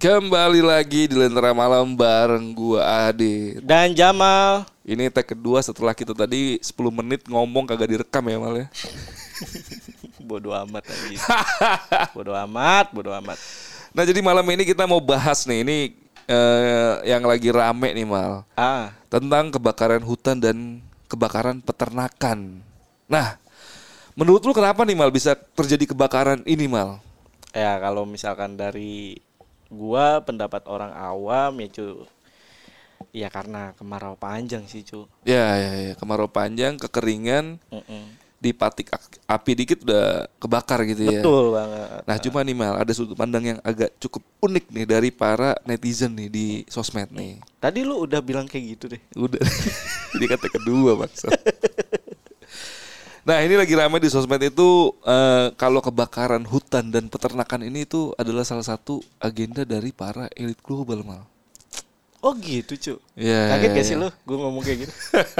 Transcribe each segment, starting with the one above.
Kembali lagi di Lentera Malam bareng gua Ade dan Jamal. Ini tag kedua setelah kita tadi 10 menit ngomong kagak direkam ya Mal ya. Bodoh amat lagi. Bodoh amat. Nah jadi malam ini kita mau bahas nih. Ini yang lagi rame nih Mal. Tentang kebakaran hutan dan kebakaran peternakan. Nah menurut lu kenapa nih Mal bisa terjadi kebakaran ini Mal? Ya kalau misalkan dari gua pendapat orang awam ya cu, ya karena kemarau panjang sih cu. Ya kemarau panjang, kekeringan, dipatik api dikit udah kebakar gitu ya. Betul banget. Nah cuma nih Mal, ada sudut pandang yang agak cukup unik nih dari para netizen nih di sosmed nih. Tadi lu udah bilang kayak gitu deh. Udah. Jadi kata kedua maksud. Nah ini lagi ramai di sosmed itu kalau kebakaran hutan dan peternakan ini itu adalah salah satu agenda dari para elit global Mal. Oh gitu cu. Ya, kaget gak sih lu gue ngomong kayak gitu?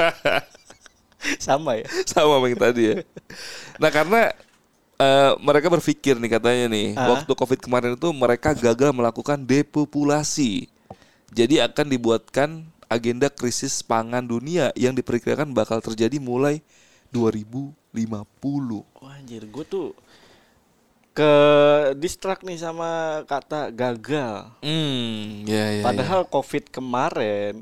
Sama ya? Sama yang tadi ya. Nah karena mereka berpikir nih katanya nih waktu COVID kemarin itu mereka gagal melakukan depopulasi. Jadi akan dibuatkan agenda krisis pangan dunia yang diperkirakan bakal terjadi mulai 2050. Wah anjir, gue tuh ke distract nih sama kata gagal. Padahal COVID kemarin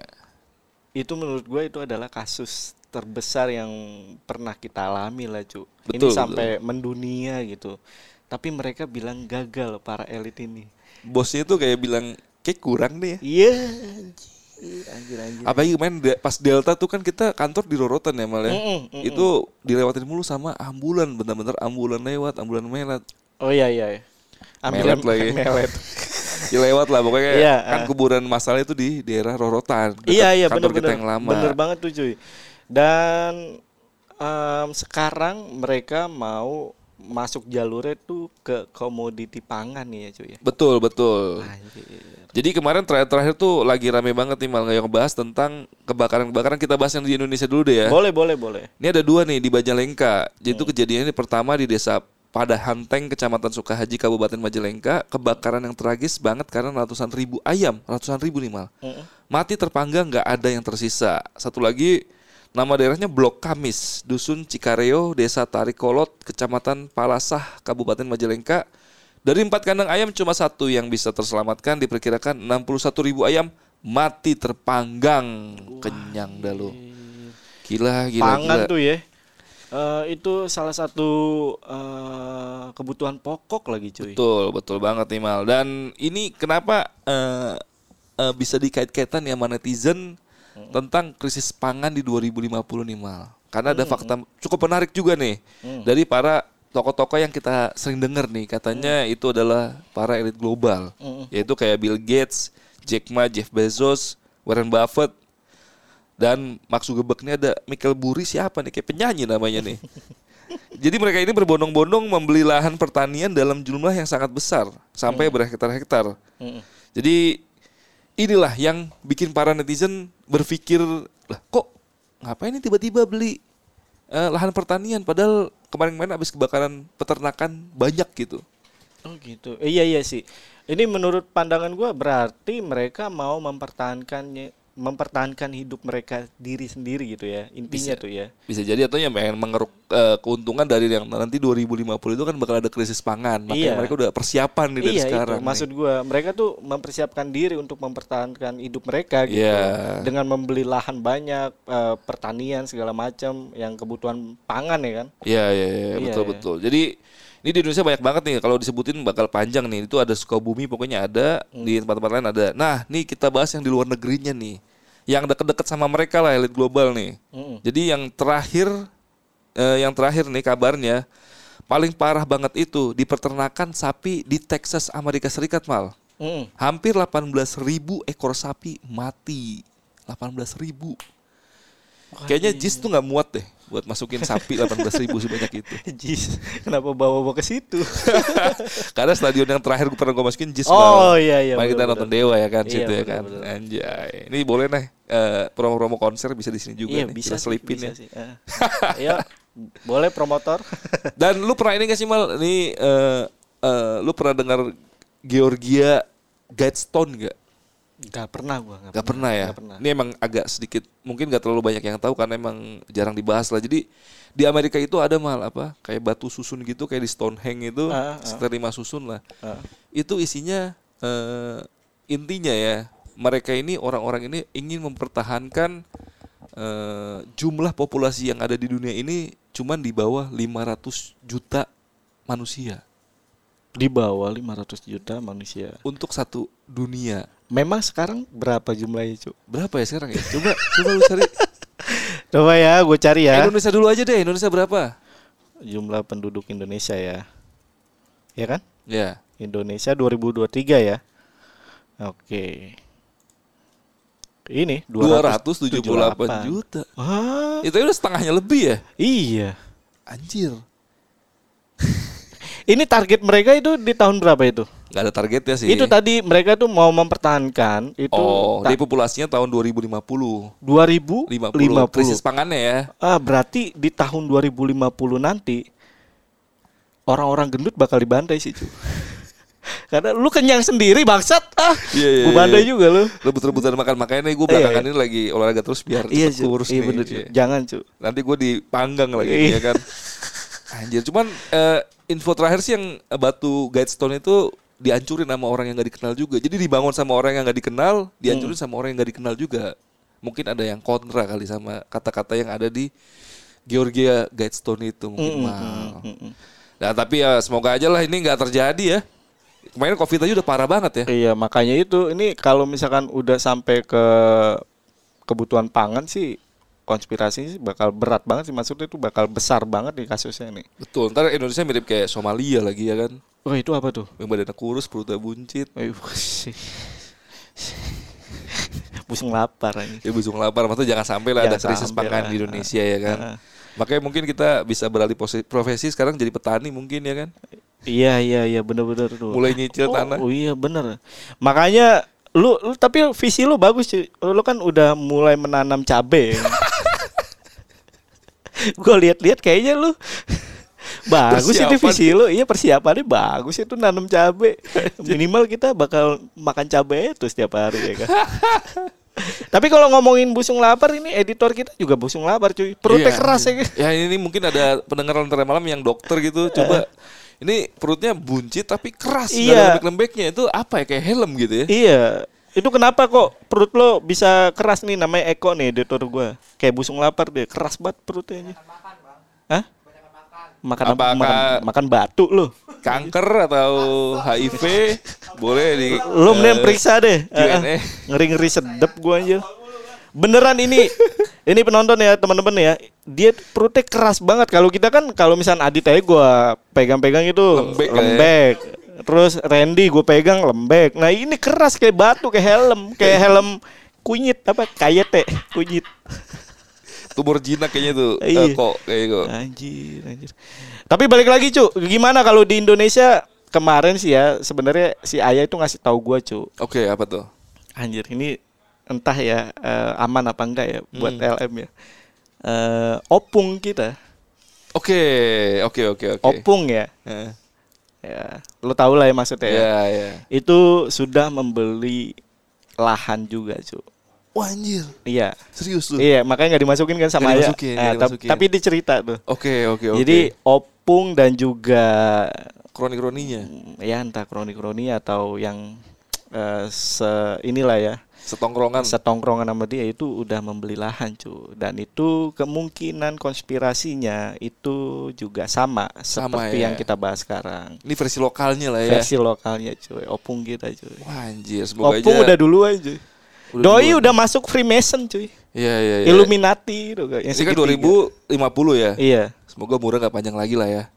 itu menurut gue itu adalah kasus terbesar yang pernah kita alami lah cu. Ini sampai mendunia gitu. Tapi mereka bilang gagal para elit ini. Bosnya tuh kayak bilang kayak kurang deh ya. Iya. Anjir. Apalagi kemarin pas Delta tuh kan kita kantor di Rorotan ya Mal ya. Itu dilewatin mulu sama ambulan, bener-bener ambulan lewat, ambulan melet. Oh iya. Melet lagi. Melet. Ya lewat lah pokoknya kan kuburan masalah itu di daerah Rorotan. Iya kantor bener, kita yang lama. Bener banget tuh cuy. Dan sekarang mereka mau masuk jalurnya tuh ke komoditi pangan nih ya cuy. Betul. Anjir. Jadi kemarin terakhir tuh lagi rame banget nih Mal yang ngebahas tentang kebakaran. Kita bahas yang di Indonesia dulu deh ya. Boleh. Ini ada dua nih di Majalengka. Jadi itu kejadiannya pertama di desa Padahanteng, Kecamatan Sukahaji, Kabupaten Majalengka. Kebakaran yang tragis banget karena ratusan ribu nih Mal. Mati terpanggang, nggak ada yang tersisa. Satu lagi nama daerahnya Blok Kamis, Dusun Cikareo, Desa Tarikolot, Kecamatan Palasah, Kabupaten Majalengka. Dari 4 kandang ayam cuma 1 yang bisa terselamatkan. Diperkirakan 61 ribu ayam mati terpanggang. Kenyang dah lu. Gila. Pangan tuh ya. Itu salah satu kebutuhan pokok lagi cuy. Betul banget nih Mal. Dan ini kenapa bisa dikait-kaitan ya sama netizen tentang krisis pangan di 2050 nih Mal. Karena ada fakta cukup menarik juga nih dari para tokoh-tokoh yang kita sering dengar nih. Katanya itu adalah para elit global, yaitu kayak Bill Gates, Jack Ma, Jeff Bezos, Warren Buffett, dan Mark Zuckerberg. Ini ada Michael Burry, siapa nih, kayak penyanyi namanya nih. Jadi mereka ini berbondong-bondong membeli lahan pertanian dalam jumlah yang sangat besar, sampai berhektar-hektar. Jadi inilah yang bikin para netizen berpikir, lah kok ngapain ini tiba-tiba beli lahan pertanian padahal kemarin habis kebakaran peternakan banyak gitu. Oh gitu. Iya sih. Ini menurut pandangan gue berarti mereka mau mempertahankan hidup mereka diri sendiri gitu ya. Intinya tuh ya. Bisa jadi atau yang pengen mengeruk keuntungan dari yang nanti 2050 itu kan bakal ada krisis pangan. Makanya mereka udah persiapan nih dari sekarang. Itu. Maksud gue mereka tuh mempersiapkan diri untuk mempertahankan hidup mereka gitu. Dengan membeli lahan banyak, pertanian segala macam yang kebutuhan pangan ya kan. Iya Betul. Jadi ini di Indonesia banyak banget nih, kalau disebutin bakal panjang nih. Itu ada Sukabumi pokoknya ada, di tempat-tempat lain ada. Nah, nih kita bahas yang di luar negerinya nih. Yang deket-deket sama mereka lah, elit global nih. Jadi yang terakhir nih kabarnya paling parah banget itu di peternakan sapi di Texas, Amerika Serikat Mal. Hampir 18.000 ekor sapi mati. 18.000. Kayaknya JIS tuh nggak muat deh buat masukin sapi 18.000 sebanyak itu. JIS, kenapa bawa ke situ? Karena stadion yang terakhir pernah gue masukin JIS. Iya. Mari kita nonton Dewa ya kan, situ ya kan. Betul. Anjay, ini boleh nih promo-promo konser bisa di sini juga nih. Bisa kita selipin ya. Iya, boleh promotor. Dan lu pernah ini nggak sih Mal? Ini lu pernah dengar Georgia Guidestone nggak? Nggak pernah gue. Nggak pernah ya. Ini emang agak sedikit, mungkin nggak terlalu banyak yang tahu karena emang jarang dibahas lah. Jadi di Amerika itu ada kayak batu susun gitu, kayak di Stonehenge itu sekitar 5 susun lah. Itu isinya intinya ya, mereka ini orang-orang ini ingin mempertahankan jumlah populasi yang ada di dunia ini cuman di bawah 500 juta manusia. Di bawah 500 juta manusia untuk satu dunia. Memang sekarang berapa jumlahnya, Cuk? Berapa ya sekarang ya? Coba lu cari. Coba ya, gue cari ya. Indonesia dulu aja deh. Indonesia berapa? Jumlah penduduk Indonesia ya. Ya kan? Ya. Indonesia 2023 ya. Oke. Ini 278 juta. Itu udah setengahnya lebih ya? Iya. Anjir. Ini target mereka itu di tahun berapa itu? Gak ada targetnya sih. Itu tadi mereka tuh mau mempertahankan itu. Di populasinya tahun 2050. 2050. Krisis pangannya ya. Berarti di tahun 2050 nanti orang-orang gendut bakal dibantai sih, Cu. Karena lu kenyang sendiri bangsat. Gue bantai juga lu. Rebut-rebutan makan, makanya nih gue belakangan ini lagi olahraga terus biar kurus nih. Bener, jangan, Cu. Nanti gue dipanggang lagi ya kan. Anjir, cuman info terakhir sih yang batu Guidestone itu dihancurin sama orang yang gak dikenal juga. Jadi dibangun sama orang yang gak dikenal, dihancurin sama orang yang gak dikenal juga. Mungkin ada yang kontra kali sama kata-kata yang ada di Georgia Guidestone itu mungkin Nah tapi ya semoga aja lah ini gak terjadi ya. Kemarin COVID aja udah parah banget ya. Iya, makanya itu ini kalau misalkan udah sampai ke kebutuhan pangan sih, konspirasi sih bakal berat banget sih, maksudnya itu bakal besar banget nih kasusnya nih. Betul, ntar Indonesia mirip kayak Somalia lagi ya kan. Oh itu apa tuh? Yang badannya kurus, perutnya buncit. Busung lapar aja. Ya busung lapar, maksudnya jangan sampai lah ada krisis pangan di Indonesia ya kan. Makanya mungkin kita bisa beralih profesi sekarang jadi petani mungkin ya kan. Iya benar-benar tuh. Mulai nyicil tanah. Oh iya benar. Makanya lu tapi visi lu bagus cuy. Lu kan udah mulai menanam cabai. Gue lihat-lihat kayaknya lu bagus itu visi lu. Iya, persiapannya bagus itu nanam cabai. Minimal kita bakal makan cabai itu setiap hari ya kan. Tapi kalau ngomongin busung lapar, ini editor kita juga busung lapar cuy. Perutnya keras ya. Ya ini mungkin ada pendengar Lentera Malam yang dokter gitu. Coba ini perutnya buncit tapi keras, gak ada lembek-lembeknya. Itu apa ya, kayak helm gitu ya. Iya. Itu kenapa kok perut lo bisa keras nih, namanya Eko nih editor gue. Kayak busung lapar dia, keras banget perutnya. Makan, Bang. Hah? Makan batu lo. Kanker atau HIV boleh di. Lo mending periksa deh. Ngeri-ngeri sedep gue aja. Beneran ini penonton ya teman-teman ya, dia perutnya keras banget. Kalau kita kan kalau misalnya Adit aja gue pegang-pegang itu lembek. Terus Randy gue pegang lembek. Nah ini keras kayak batu, kayak helm kunyit apa kayete kunyit. Tumor jinak kayaknya tuh. Kok kayak gitu. Anjir. Tapi balik lagi cu, gimana kalau di Indonesia kemarin sih ya, sebenarnya si Ayah itu ngasih tahu gue cu. Oke, apa tuh? Anjir, ini entah ya aman apa enggak ya buat LM ya. Opung kita. Oke. Opung ya. Ya, lo tau lah ya maksudnya ya. Itu sudah membeli lahan juga, cu. Wah anjir. Iya. Serius lu? Iya, makanya gak dimasukin kan sama Ayah. Tapi dicerita tuh. Oke. Jadi Opung dan juga kroni-kroninya. Ya entah kroni-kroni atau yang inilah ya. Setongkrongan sama dia itu udah membeli lahan cu. Dan itu kemungkinan konspirasinya itu juga sama seperti yang kita bahas sekarang. Ini versi lokalnya lah ya. Versi lokalnya cuy, Opung kita cuy. Wah anjir, semoga Opung udah duluan cuy. Doi udah masuk Freemason cuy. Iya. Illuminati itu yang ini kan 2050 ya. Iya. Semoga umurnya gak panjang lagi lah ya.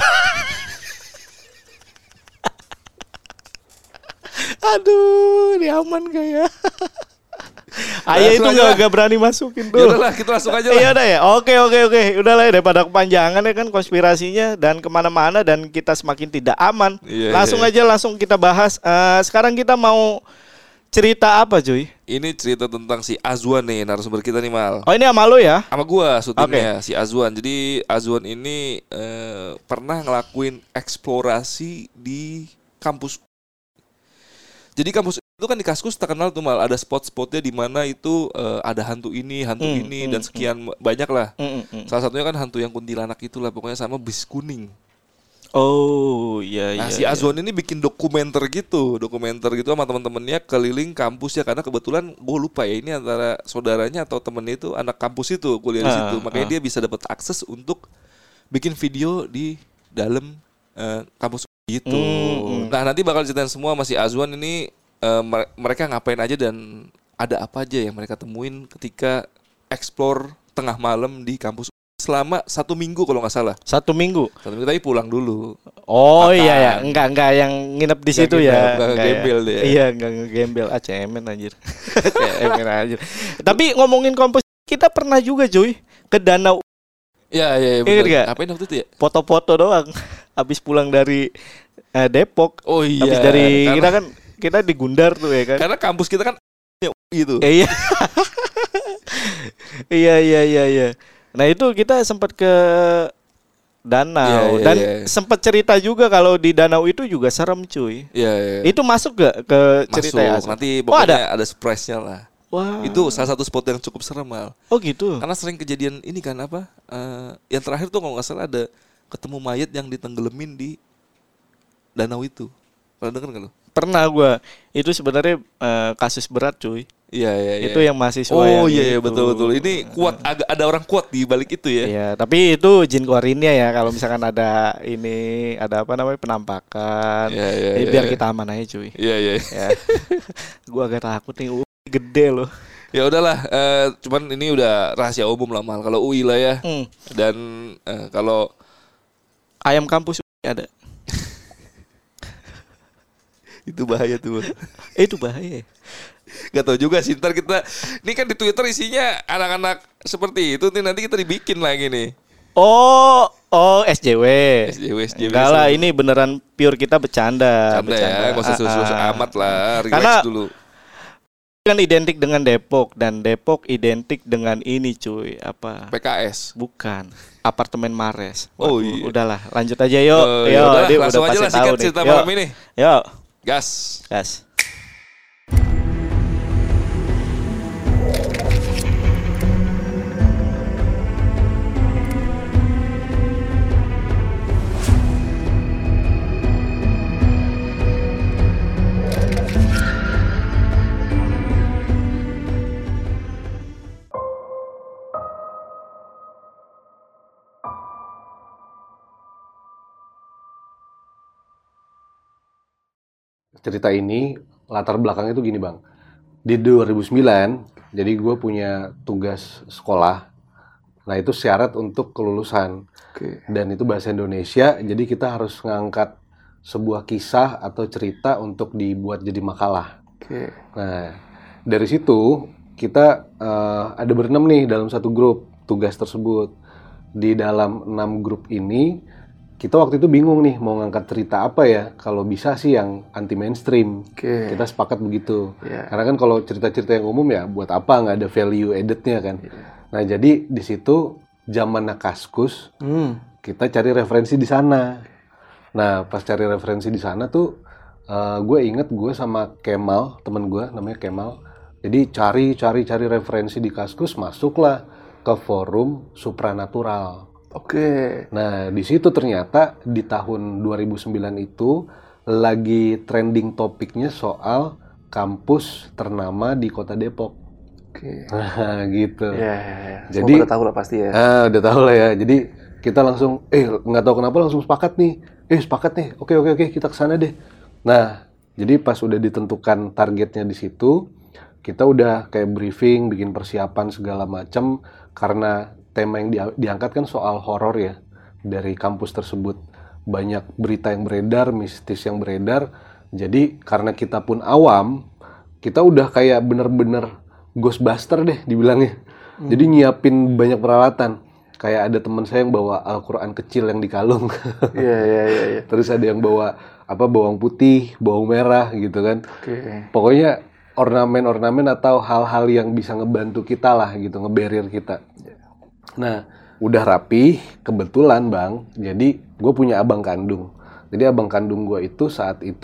Aduh, ini aman gak ya? Ayah itu gak berani masukin tuh. Yaudahlah, kita langsung aja lah. Iya udah ya. Oke. Udahlah ya, daripada kepanjangan ya kan konspirasinya dan kemana-mana dan kita semakin tidak aman. Langsung kita bahas. Sekarang kita mau cerita apa cuy? Ini cerita tentang si Azwan nih, narasumber kita nih Mal. Oh ini sama lo ya? Sama gua syutingnya si Azwan. Jadi Azwan ini pernah ngelakuin eksplorasi di kampus. Jadi kampus itu kan di Kaskus terkenal tuh Mal, ada spot-spotnya di mana itu ada hantu ini dan sekian banyak lah. Salah satunya kan hantu yang kuntilanak itulah pokoknya sama bis kuning. Oh iya. Nah si Azwan ini bikin dokumenter gitu sama teman-temannya keliling kampus ya, karena kebetulan gue lupa ya ini antara saudaranya atau temennya itu anak kampus itu kuliah di situ, makanya dia bisa dapat akses untuk bikin video di dalam kampus gitu. Nah nanti bakal ceritain semua masih Azwan ini mereka ngapain aja dan ada apa aja yang mereka temuin ketika explore tengah malam di kampus selama 1 minggu kalau nggak salah. 1 minggu. 1 minggu tapi pulang dulu. Oh makan. Iya ya, enggak yang nginep di situ ya. Enggak gembel deh. Iya, enggak ngegembel. Cemen anjir. Cemen anjir. Tapi ngomongin kampus, kita pernah juga Joy ke danau. Iya benar. Ngapain waktu itu ya? Foto-foto doang. Habis pulang dari Depok. Oh iya. Habis dari kita di Gundar tuh ya kan. Karena kampus kita kan gitu. Iya. Iya. Nah itu kita sempat ke danau dan sempat cerita juga kalau di danau itu juga serem cuy. Iya. Itu masuk gak ke cerita ya? Nanti pokoknya ada surprise-nya lah. Wah. Itu salah satu spot yang cukup serem Mal. Oh gitu. Karena sering kejadian ini kan yang terakhir tuh kalau nggak salah ada ketemu mayat yang ditenggelamin di danau itu. Pernah denger nggak lo? Pernah gue. Itu sebenarnya kasus berat cuy. Iya. Itu yang mahasiswa yang iya betul. Ini kuat, agak ada orang kuat di balik itu ya. Iya, tapi itu jin keluarinnya ya kalau misalkan ada apa namanya penampakan. Iya. Biar kita aman aja cuy. Iya. Gua agak takut nih, gede loh. Ya udahlah, cuman ini udah rahasia umum lah Mal. Kalau UI lah ya. Dan kalau ayam kampus ada. Itu bahaya tuh. Itu bahaya. Gak tau juga sih, ntar kita ini kan di Twitter isinya anak-anak seperti itu, nanti kita dibikin lagi nih. Oh SJW. Enggak lah, ini beneran pure kita bercanda. Ya, gak usah serius amat lah, relax karena dulu. Kan identik dengan Depok dan Depok identik dengan ini cuy, apa? PKS. Bukan. Apartemen Mares. Oh iya. Udahlah, lanjut aja yuk. Langsung aja lah singkat cerita malam ini. Yuk. Gas. Cerita ini latar belakangnya tuh gini Bang. Di 2009, jadi gue punya tugas sekolah. Nah itu syarat untuk kelulusan. Dan itu bahasa Indonesia, jadi kita harus ngangkat sebuah kisah atau cerita untuk dibuat jadi makalah. Nah dari situ kita ada berenam nih dalam satu grup tugas tersebut. Di dalam 6 grup ini kita waktu itu bingung nih mau ngangkat cerita apa ya, kalau bisa sih yang anti mainstream. Kita sepakat begitu. Karena kan kalau cerita-cerita yang umum ya buat apa, nggak ada value added-nya kan. Nah jadi di situ zamannya Kaskus, kita cari referensi di sana. Nah pas cari referensi di sana tuh gue inget gue sama Kemal, temen gue namanya Kemal. Jadi cari referensi di Kaskus, masuklah ke forum supranatural. Nah di situ ternyata di tahun 2009 itu lagi trending topiknya soal kampus ternama di kota Depok. Nah gitu. Jadi udah tahu lah pasti ya. Udah tahu lah ya. Jadi kita langsung nggak tahu kenapa langsung sepakat nih. Sepakat nih. Oke kita kesana deh. Nah jadi pas udah ditentukan targetnya di situ, kita udah kayak briefing, bikin persiapan segala macam karena tema yang diangkat kan soal horor ya dari kampus tersebut. Banyak berita yang beredar, mistis yang beredar. Jadi karena kita pun awam, kita udah kayak bener-bener Ghostbuster deh dibilangnya. Jadi nyiapin banyak peralatan. Kayak ada teman saya yang bawa Al-Quran kecil yang dikalung. Iya. Terus ada yang bawa bawang putih, bawang merah gitu kan. Pokoknya ornamen-ornamen atau hal-hal yang bisa ngebantu kita lah gitu, nge-barrier kita. Nah, udah rapi, kebetulan Bang, jadi gue punya abang kandung. Jadi abang kandung gue itu saat itu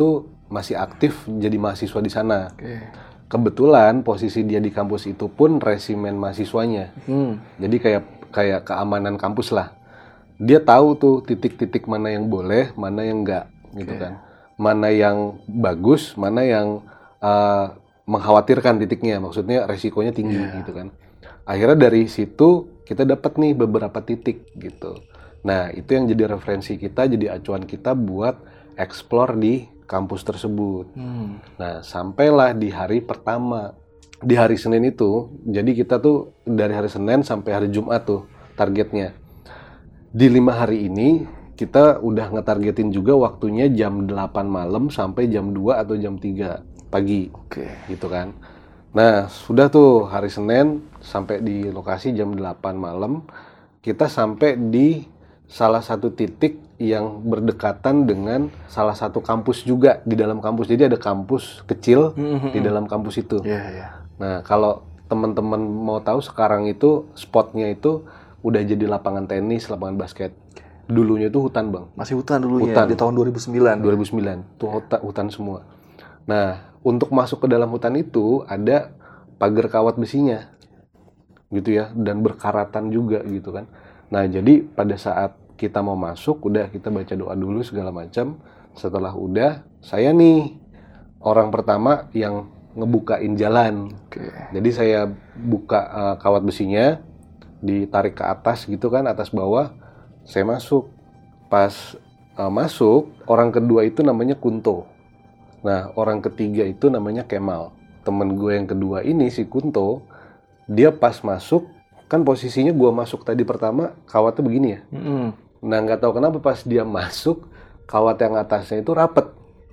masih aktif jadi mahasiswa di sana. Kebetulan posisi dia di kampus itu pun resimen mahasiswanya. Jadi kayak keamanan kampus lah. Dia tahu tuh titik-titik mana yang boleh, mana yang enggak gitu kan. Mana yang bagus, mana yang mengkhawatirkan titiknya, maksudnya resikonya tinggi gitu kan. Akhirnya dari situ kita dapat nih beberapa titik gitu. Nah, itu yang jadi referensi kita, jadi acuan kita buat explore di kampus tersebut. Nah, sampailah di hari pertama. Di hari Senin itu, jadi kita tuh dari hari Senin sampai hari Jumat tuh targetnya. Di 5 hari ini, kita udah ngetargetin juga waktunya jam 8 malam sampai jam 2 atau jam 3 pagi. Gitu kan. Nah, sudah tuh hari Senin sampai di lokasi jam 8 malam, kita sampai di salah satu titik yang berdekatan dengan salah satu kampus juga di dalam kampus. Jadi ada kampus kecil di dalam kampus itu. Nah, kalau teman-teman mau tahu sekarang itu spotnya itu udah jadi lapangan tenis, lapangan basket. Dulunya itu hutan, Bang. Masih hutan dulunya, di tahun 2009. 2009, tuh hutan semua. Nah, untuk masuk ke dalam hutan itu ada pagar kawat besinya. Gitu ya, dan berkaratan juga gitu kan. Nah, jadi pada saat kita mau masuk, udah kita baca doa dulu segala macam. Setelah udah, saya nih orang pertama yang ngebukain jalan. Jadi saya buka kawat besinya, ditarik ke atas gitu kan, atas bawah. Saya masuk. Pas masuk, orang kedua itu namanya Kunto. Nah, orang ketiga itu namanya Kemal. Temen gue yang kedua ini, si Kunto, dia pas masuk, kan posisinya gue masuk tadi pertama, kawatnya begini ya. Nah, nggak tahu kenapa pas dia masuk, kawat yang atasnya itu rapet.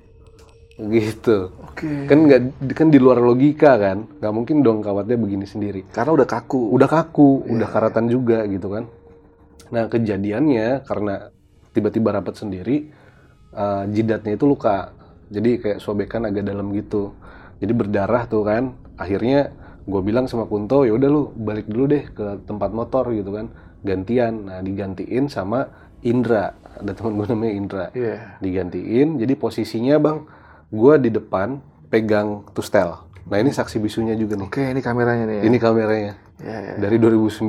Gitu. Kan di luar logika kan. Nggak mungkin dong kawatnya begini sendiri. Karena udah kaku. Udah karatan juga gitu kan. Nah, kejadiannya karena tiba-tiba rapet sendiri, jidatnya itu luka. Jadi kayak sobekan agak dalam gitu. Jadi berdarah tuh kan. Akhirnya gue bilang sama Kunto, ya udah lu balik dulu deh ke tempat motor gitu kan, gantian. Nah, digantiin sama Indra, ada teman gue namanya Indra. Digantiin, jadi posisinya Bang, gue di depan pegang tustel. Nah, ini saksi bisunya juga nih. Ini kameranya nih ya? Ini kameranya. Dari 2009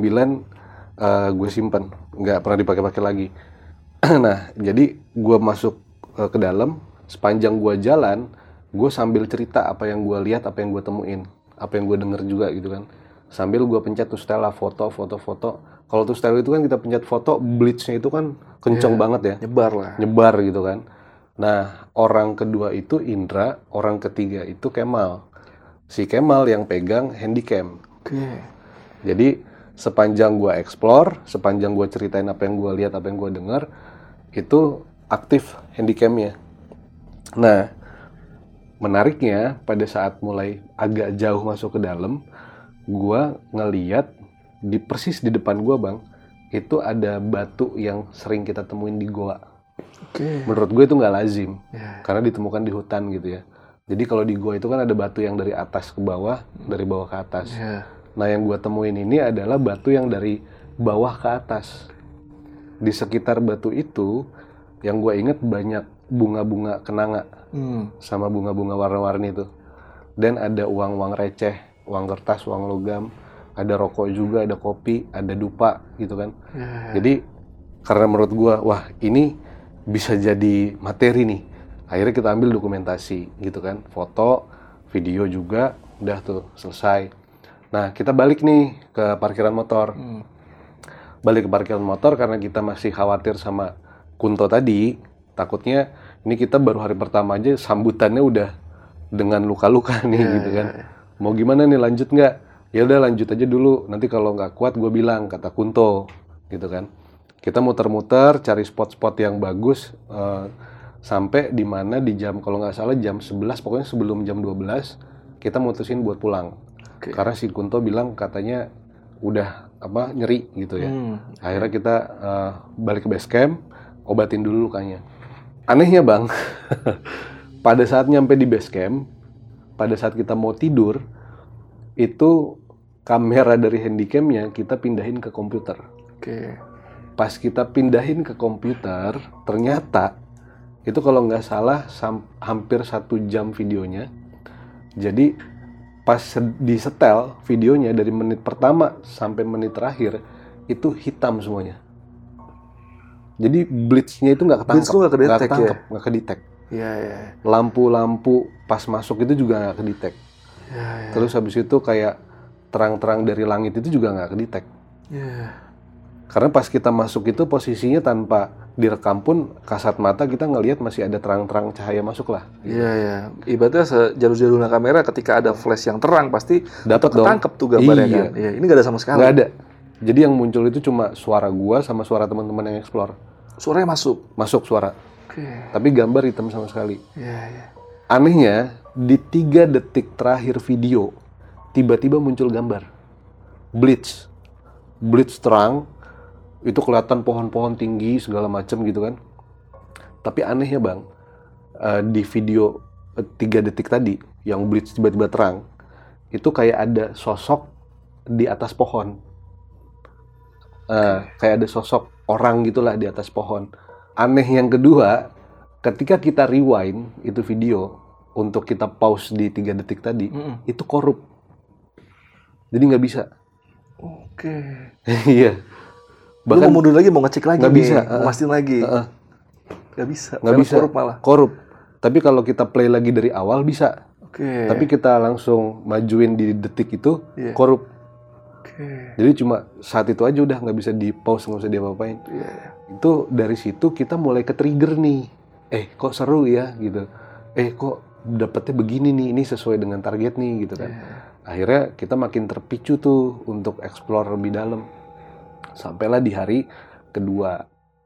gue simpan, nggak pernah dipakai-pakai lagi. Nah, jadi gue masuk ke dalam, sepanjang gue jalan, gue sambil cerita apa yang gue lihat, apa yang gue temuin, apa yang gue denger juga gitu kan. Sambil gue pencet tustel lah, foto. Kalau tustel itu kan kita pencet foto, blitz-nya itu kan kenceng banget ya. Nyebar gitu kan. Nah, orang kedua itu Indra, orang ketiga itu Kemal. Si Kemal yang pegang handycam. Jadi sepanjang gue explore, sepanjang gue ceritain apa yang gue lihat, apa yang gue dengar, itu aktif handycamnya. Nah, menariknya pada saat mulai agak jauh masuk ke dalam, gue ngeliat persis di depan gue Bang, itu ada batu yang sering kita temuin di goa. Menurut gue itu nggak lazim, karena ditemukan di hutan gitu ya. Jadi kalau di goa itu kan ada batu yang dari atas ke bawah, dari bawah ke atas. Nah, yang gue temuin ini adalah batu yang dari bawah ke atas. Di sekitar batu itu, yang gue inget banyak bunga-bunga kenanga, sama bunga-bunga warna-warni itu. Dan ada uang-uang receh, uang kertas, uang logam, ada rokok juga, ada kopi, ada dupa gitu kan. Jadi karena menurut gue, wah ini bisa jadi materi nih. Akhirnya kita ambil dokumentasi gitu kan, foto, video juga, udah tuh selesai. Nah, kita balik nih ke parkiran motor. Balik ke parkiran motor karena kita masih khawatir sama Kunto tadi. Takutnya ini kita baru hari pertama aja sambutannya udah dengan luka-luka nih gitu kan. Mau gimana nih, lanjut nggak? Ya udah lanjut aja dulu. Nanti kalau nggak kuat gue bilang, kata Kunto gitu kan. Kita muter-muter cari spot-spot yang bagus sampai di mana di jam, kalau nggak salah jam 11, pokoknya sebelum jam 12 kita mutusin buat pulang. Karena si Kunto bilang katanya udah nyeri gitu ya. Akhirnya kita balik ke base camp, obatin dulu lukanya. Anehnya Bang, pada saat nyampe di base camp, pada saat kita mau tidur, itu kamera dari handycamnya kita pindahin ke komputer. Pas kita pindahin ke komputer, ternyata Itu kalau nggak salah hampir 1 jam videonya. Jadi pas disetel videonya dari menit pertama sampai menit terakhir itu hitam semuanya. Jadi blitz-nya itu nggak ketangkep, nggak kedetek. Iya. Lampu-lampu pas masuk itu juga nggak kedetek. Iya. Terus habis itu kayak terang-terang dari langit itu juga nggak kedetek. Iya. Karena pas kita masuk itu posisinya tanpa direkam pun kasat mata kita ngelihat masih ada terang-terang cahaya masuk lah. Iya. Ibaratnya sejalur-jalurnya kamera ketika ada flash yang terang pasti dapat dong. Ketangkep tuh gambarnya kan. Iya. Ini nggak ada sama sekali. Nggak ada. Jadi yang muncul itu cuma suara gua sama suara teman-teman yang explore. Suaranya masuk. Masuk suara. Oke. Tapi gambar hitam sama sekali. Iya. Anehnya di 3 detik terakhir video tiba-tiba muncul gambar. Blitz terang. Itu kelihatan pohon-pohon tinggi segala macam gitu kan. Tapi anehnya Bang, di video 3 detik tadi yang blitz tiba-tiba terang, itu kayak ada sosok di atas pohon. Kayak ada sosok orang gitulah di atas pohon. Aneh yang kedua, ketika kita rewind itu video untuk kita pause di 3 detik tadi, itu korup. Jadi nggak bisa. Oke. Iya. Bahkan mau mundur lagi, mau ngecek lagi, nggak bisa, mau mastiin lagi. Nggak bisa. Nggak bisa. Korup malah. Korup. Tapi kalau kita play lagi dari awal bisa. Oke. Tapi kita langsung majuin di detik itu, korup. Oke. Jadi cuma saat itu aja udah nggak bisa di pause, nggak bisa diapa-apain. Itu dari situ kita mulai ke trigger nih. Kok seru ya gitu. Kok dapetnya begini nih, ini sesuai dengan target nih gitu kan. Akhirnya kita makin terpicu tuh untuk explore lebih dalam. Sampailah di hari kedua.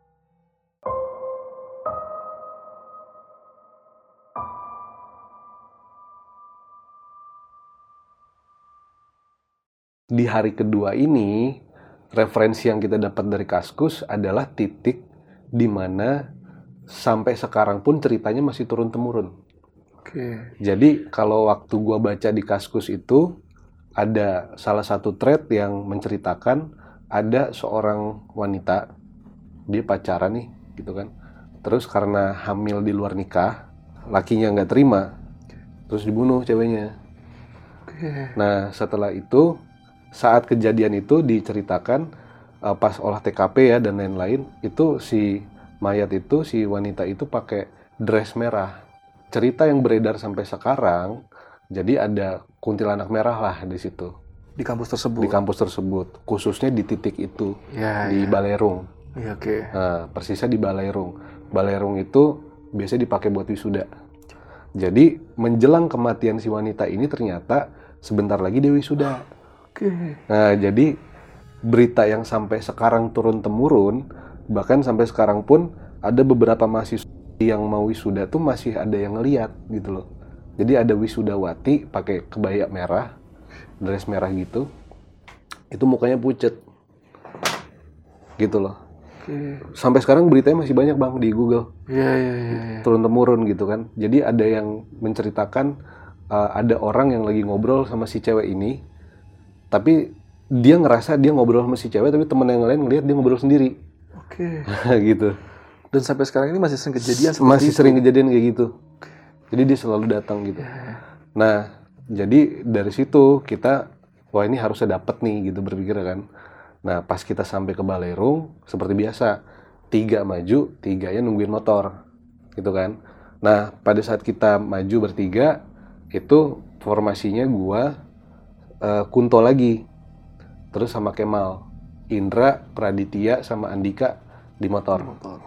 Di hari kedua ini, referensi yang kita dapat dari Kaskus adalah titik di mana sampai sekarang pun ceritanya masih turun-temurun. Oke. Jadi kalau waktu gua baca di Kaskus itu, ada salah satu thread yang menceritakan ada seorang wanita, dia pacaran nih gitu kan. Terus karena hamil di luar nikah, lakinya nggak terima, terus dibunuh ceweknya. Nah setelah itu, saat kejadian itu diceritakan pas olah TKP ya dan lain-lain, itu si mayat itu, si wanita itu pakai dress merah. Cerita yang beredar sampai sekarang, jadi ada kuntilanak merah lah di situ. Di kampus tersebut? Di kampus tersebut, khususnya di titik itu, di Balerung. Iya, oke. Nah, persisnya di Balerung. Balerung itu biasanya dipakai buat wisuda. Jadi menjelang kematian si wanita ini ternyata sebentar lagi dia wisuda. Oke. Nah, jadi berita yang sampai sekarang turun-temurun, bahkan sampai sekarang pun ada beberapa mahasiswa yang mau wisuda tuh masih ada yang ngeliat gitu loh. Jadi ada wisudawati pakai kebaya merah, dress merah gitu, itu mukanya pucet gitu loh. Sampai sekarang beritanya masih banyak Bang di Google. Iya. Turun-temurun gitu kan. Jadi ada yang menceritakan ada orang yang lagi ngobrol sama si cewek ini, tapi dia ngerasa dia ngobrol sama si cewek, tapi temen yang lain ngeliat dia ngobrol sendiri. Oke. Gitu. Dan sampai sekarang ini masih sering kejadian seperti masih itu? Sering kejadian kayak gitu. Jadi dia selalu datang gitu. Nah, jadi dari situ kita, wah ini harusnya dapet nih gitu berpikir kan. Nah, pas kita sampai ke Balerung, seperti biasa, 3 maju, 3-nya nungguin motor, gitu kan. Nah, pada saat kita maju bertiga, itu formasinya gua, Kunto lagi, terus sama Kemal, Indra, Praditya, sama Andika di motor.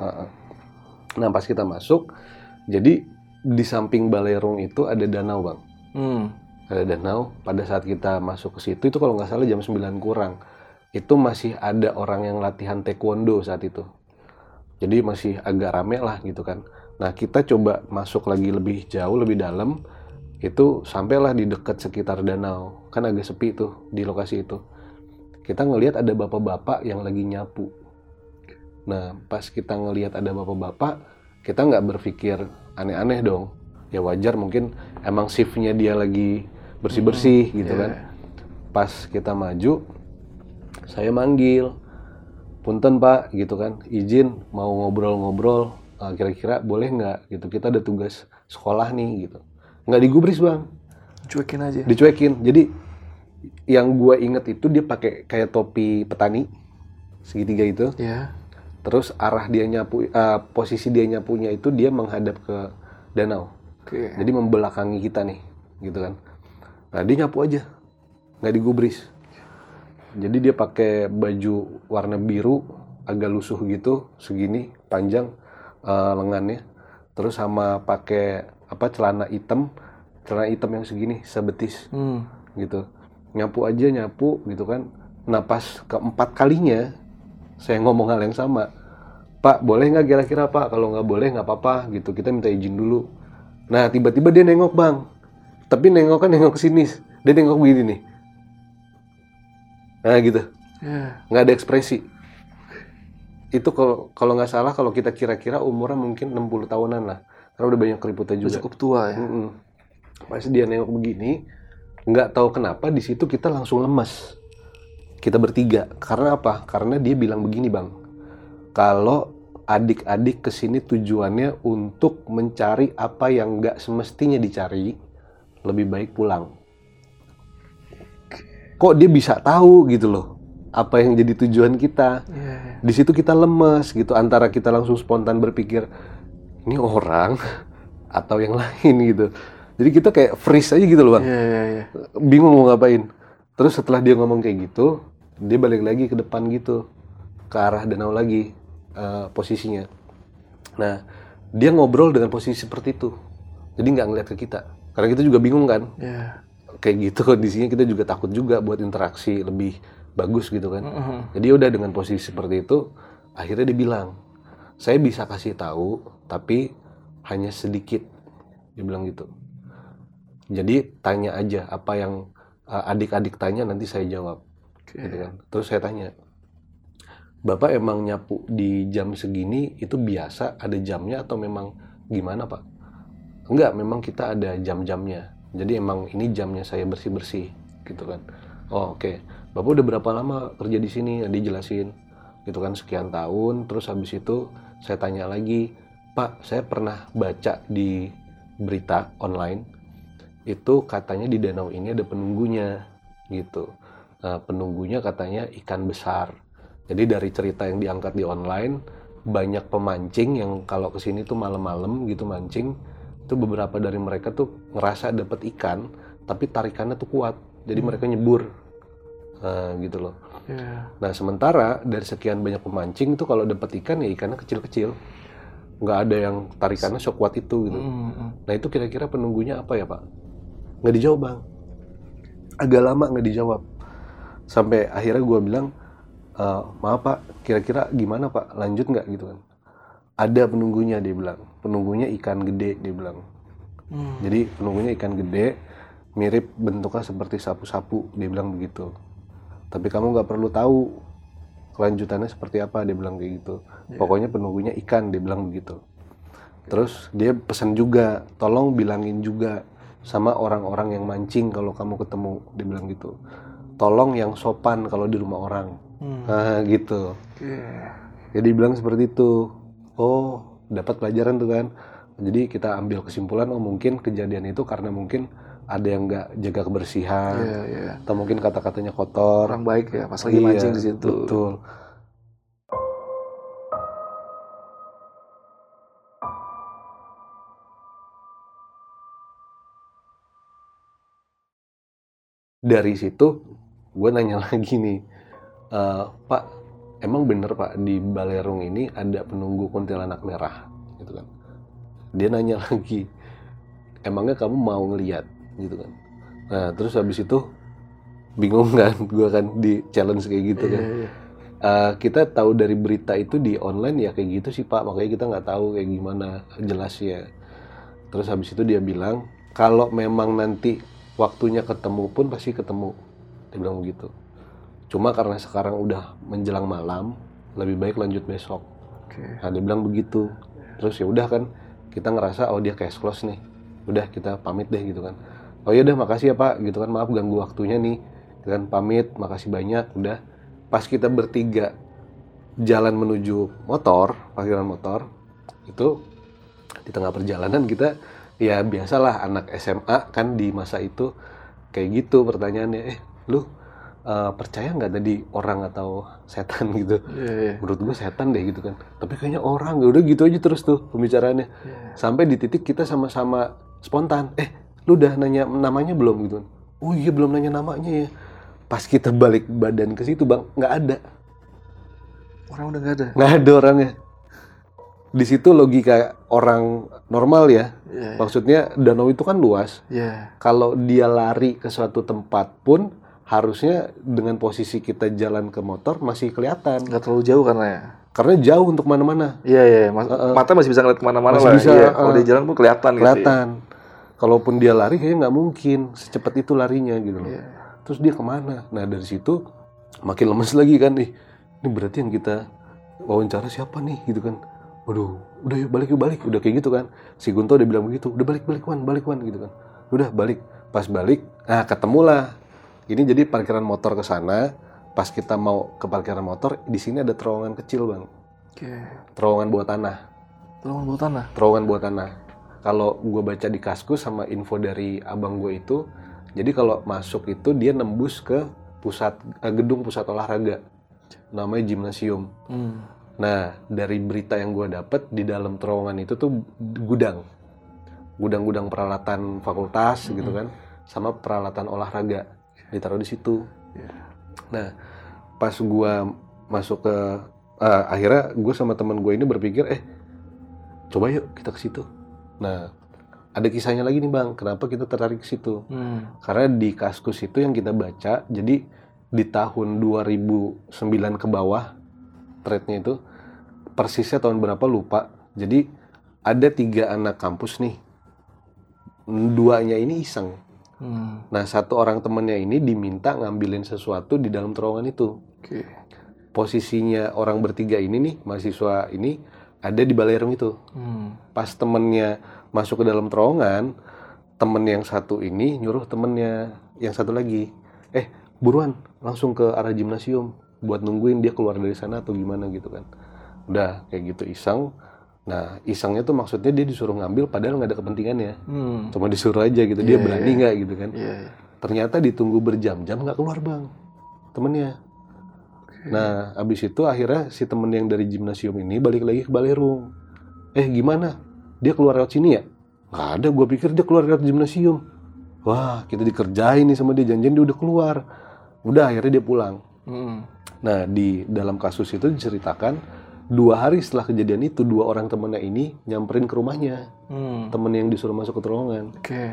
Nah, pas kita masuk, jadi di samping Balerung itu ada danau Bang. Ada danau. Pada saat kita masuk ke situ, itu kalau nggak salah jam 9 kurang. Itu masih ada orang yang latihan taekwondo saat itu. Jadi masih agak rame lah gitu kan. Nah kita coba masuk lagi lebih jauh, lebih dalam. Itu sampailah di dekat sekitar danau. Kan agak sepi tuh di lokasi itu. Kita ngelihat ada bapak-bapak yang lagi nyapu. Nah pas kita ngelihat ada bapak-bapak, kita nggak berpikir aneh-aneh dong. Ya wajar mungkin emang shiftnya dia lagi bersih-bersih gitu kan. Pas kita maju, saya manggil, punten Pak gitu kan, izin mau ngobrol-ngobrol kira-kira boleh nggak gitu, kita ada tugas sekolah nih gitu. Nggak digubris bang, cuekin aja, dicuekin. Jadi yang gue inget itu dia pakai kayak topi petani segitiga itu, terus arah dia nyapu, posisi dia nyapunya itu dia menghadap ke danau, jadi membelakangi kita nih gitu kan. Nah dia nyapu aja nggak digubris. Jadi dia pakai baju warna biru agak lusuh gitu segini panjang lengannya, terus sama pakai celana hitam yang segini sebetis gitu, nyapu gitu kan. Nah pas keempat kalinya saya ngomong hal yang sama, Pak boleh nggak kira-kira Pak, kalau nggak boleh nggak apa-apa gitu, kita minta izin dulu. Nah tiba-tiba dia nengok bang, tapi nengok sini, dia nengok begini nih, nah gitu, nggak ada ekspresi. Itu kalau nggak salah, kalau kita kira-kira umurnya mungkin 60 tahunan lah, karena udah banyak keriputnya juga. Cukup tua ya. Pas dia nengok begini, nggak tahu kenapa di situ kita langsung lemas, kita bertiga. Karena apa? Karena dia bilang begini bang, kalau adik-adik kesini tujuannya untuk mencari apa yang nggak semestinya dicari, lebih baik pulang. Kok dia bisa tahu gitu loh apa yang jadi tujuan kita? Di situ kita lemes gitu, antara kita langsung spontan berpikir ini orang atau yang lain gitu. Jadi kita kayak freeze aja gitu loh bang, bingung mau ngapain. Terus setelah dia ngomong kayak gitu, dia balik lagi ke depan gitu, ke arah danau lagi posisinya. Nah dia ngobrol dengan posisi seperti itu, jadi nggak ngeliat ke kita, karena kita juga bingung kan. Kayak gitu kondisinya, kita juga takut juga buat interaksi lebih bagus gitu kan. Jadi udah dengan posisi seperti itu, akhirnya dia bilang, saya bisa kasih tahu tapi hanya sedikit, dia bilang gitu. Jadi tanya aja apa yang adik-adik tanya, nanti saya jawab gitu kan. Terus saya tanya, Bapak emang nyapu di jam segini itu biasa ada jamnya atau memang gimana Pak? Enggak, memang kita ada jam-jamnya. Jadi emang ini jamnya saya bersih-bersih gitu kan. Oh oke. Bapak udah berapa lama kerja di sini? Dia jelasin gitu kan, sekian tahun. Terus habis itu saya tanya lagi, Pak saya pernah baca di berita online itu katanya di danau ini ada penunggunya gitu. Nah, penunggunya katanya ikan besar. Jadi dari cerita yang diangkat di online, banyak pemancing yang kalau kesini tuh malam-malam gitu mancing, itu beberapa dari mereka tuh ngerasa dapet ikan, tapi tarikannya tuh kuat, jadi mereka nyebur, gitu loh. Nah sementara dari sekian banyak pemancing itu kalau dapet ikan ya ikannya kecil-kecil, nggak ada yang tarikannya sekuat itu gitu. Nah itu kira-kira penunggunya apa ya Pak? Nggak dijawab bang, agak lama nggak dijawab, sampai akhirnya gue bilang, maaf Pak, kira-kira gimana Pak, lanjut nggak gitu kan? Ada penunggunya, dia bilang. Penunggunya ikan gede, dia bilang. Jadi penunggunya ikan gede, mirip bentuknya seperti sapu-sapu, dia bilang begitu. Tapi kamu nggak perlu tahu kelanjutannya seperti apa, dia bilang kayak gitu. Pokoknya penunggunya ikan, dia bilang begitu. Terus dia pesan juga, tolong bilangin juga sama orang-orang yang mancing kalau kamu ketemu, dia bilang gitu. Tolong yang sopan kalau di rumah orang. Nah gitu. Jadi bilang seperti itu. Oh, dapat pelajaran tuh kan. Jadi kita ambil kesimpulan, oh mungkin kejadian itu karena mungkin ada yang nggak jaga kebersihan, atau mungkin kata-katanya kotor. Kurang baik ya pas lagi mancing di situ. Betul. Dari situ gue nanya lagi nih, Pak, emang bener Pak di Balerung ini ada penunggu kuntilanak merah gitu kan? Dia nanya lagi, emangnya kamu mau ngeliat gitu kan? Nah terus habis itu bingung kan, gue kan di challenge kayak gitu kan. Kita tahu dari berita itu di online ya kayak gitu sih Pak, makanya kita nggak tahu kayak gimana jelasnya. Terus habis itu dia bilang, kalau memang nanti waktunya ketemu pun pasti ketemu, dia bilang begitu. Cuma karena sekarang udah menjelang malam, lebih baik lanjut besok. Nah dia bilang begitu. Terus ya udah kan, kita ngerasa oh dia cash close nih, udah kita pamit deh gitu kan. Oh ya udah makasih ya Pak gitu kan, maaf ganggu waktunya nih, gitu kan, pamit, makasih banyak. Udah pas kita bertiga jalan menuju motor, parkiran motor, itu di tengah perjalanan kita ya biasalah anak SMA kan di masa itu kayak gitu pertanyaannya, lu percaya nggak tadi orang atau setan gitu? Menurut gue setan deh gitu kan, tapi kayaknya orang. Udah gitu aja terus tuh pembicaraannya, sampai di titik kita sama-sama spontan, lu udah nanya namanya belum gitu? Oh iya belum nanya namanya ya. Pas kita balik badan ke situ bang, nggak ada. Orang udah nggak ada orangnya. Di situ logika orang normal ya. Maksudnya danau itu kan luas. Kalau dia lari ke suatu tempat pun harusnya dengan posisi kita jalan ke motor masih kelihatan. Nggak terlalu jauh karena jauh untuk mana-mana. Mata masih bisa ngeliat kemana-mana lah. Kalau dia jalan pun kelihatan. Gitu ya. Kalaupun dia lari kayaknya nggak mungkin secepat itu larinya gitu loh. Terus dia kemana? Nah dari situ makin lemes lagi kan nih. Ini berarti yang kita wawancara siapa nih gitu kan. Waduh, udah yuk balik. Udah kayak gitu kan. Si Gunto udah bilang begitu. Udah balik Wan gitu kan. Udah balik. Pas balik, nah ketemulah. Ini jadi parkiran motor ke sana. Pas kita mau ke parkiran motor, di sini ada terowongan kecil, Bang. Terowongan bawah tanah. Terowongan bawah tanah. Kalau gue baca di Kaskus sama info dari abang gue itu, jadi kalau masuk itu dia nembus ke gedung pusat olahraga. Namanya gimnasium. Nah, dari berita yang gue dapet di dalam terowongan itu tuh gudang peralatan fakultas gitu kan, sama peralatan olahraga ditaruh di situ. Nah, pas gue masuk ke akhirnya gue sama teman gue ini berpikir, coba yuk kita ke situ. Nah, ada kisahnya lagi nih bang, kenapa kita tertarik ke situ? Karena di Kaskus itu yang kita baca, jadi di tahun 2009 ke bawah trade-nya itu persisnya tahun berapa lupa. Jadi ada 3 anak kampus nih, 2-nya ini iseng. Nah 1 orang temennya ini diminta ngambilin sesuatu di dalam terowongan itu. Posisinya orang bertiga ini nih, mahasiswa ini ada di balerung itu. Pas temennya masuk ke dalam terowongan, temen yang satu ini nyuruh temennya yang satu lagi, buruan langsung ke arah gimnasium buat nungguin dia keluar dari sana atau gimana gitu kan. Udah kayak gitu iseng. Nah isengnya tuh maksudnya dia disuruh ngambil padahal nggak ada kepentingannya. Cuma disuruh aja gitu, dia berani nggak gitu kan. Ternyata ditunggu berjam-jam nggak keluar bang temennya. Nah abis itu akhirnya si temen yang dari gimnasium ini balik lagi ke balerung. Gimana? Dia keluar lewat sini ya? Nggak ada, gue pikir dia keluar lewat gimnasium. Wah kita dikerjain nih sama dia, janjian dia udah keluar. Udah akhirnya dia pulang. Nah di dalam kasus itu diceritakan 2 hari setelah kejadian itu 2 orang temennya ini nyamperin ke rumahnya. Temen yang disuruh masuk ke terowongan.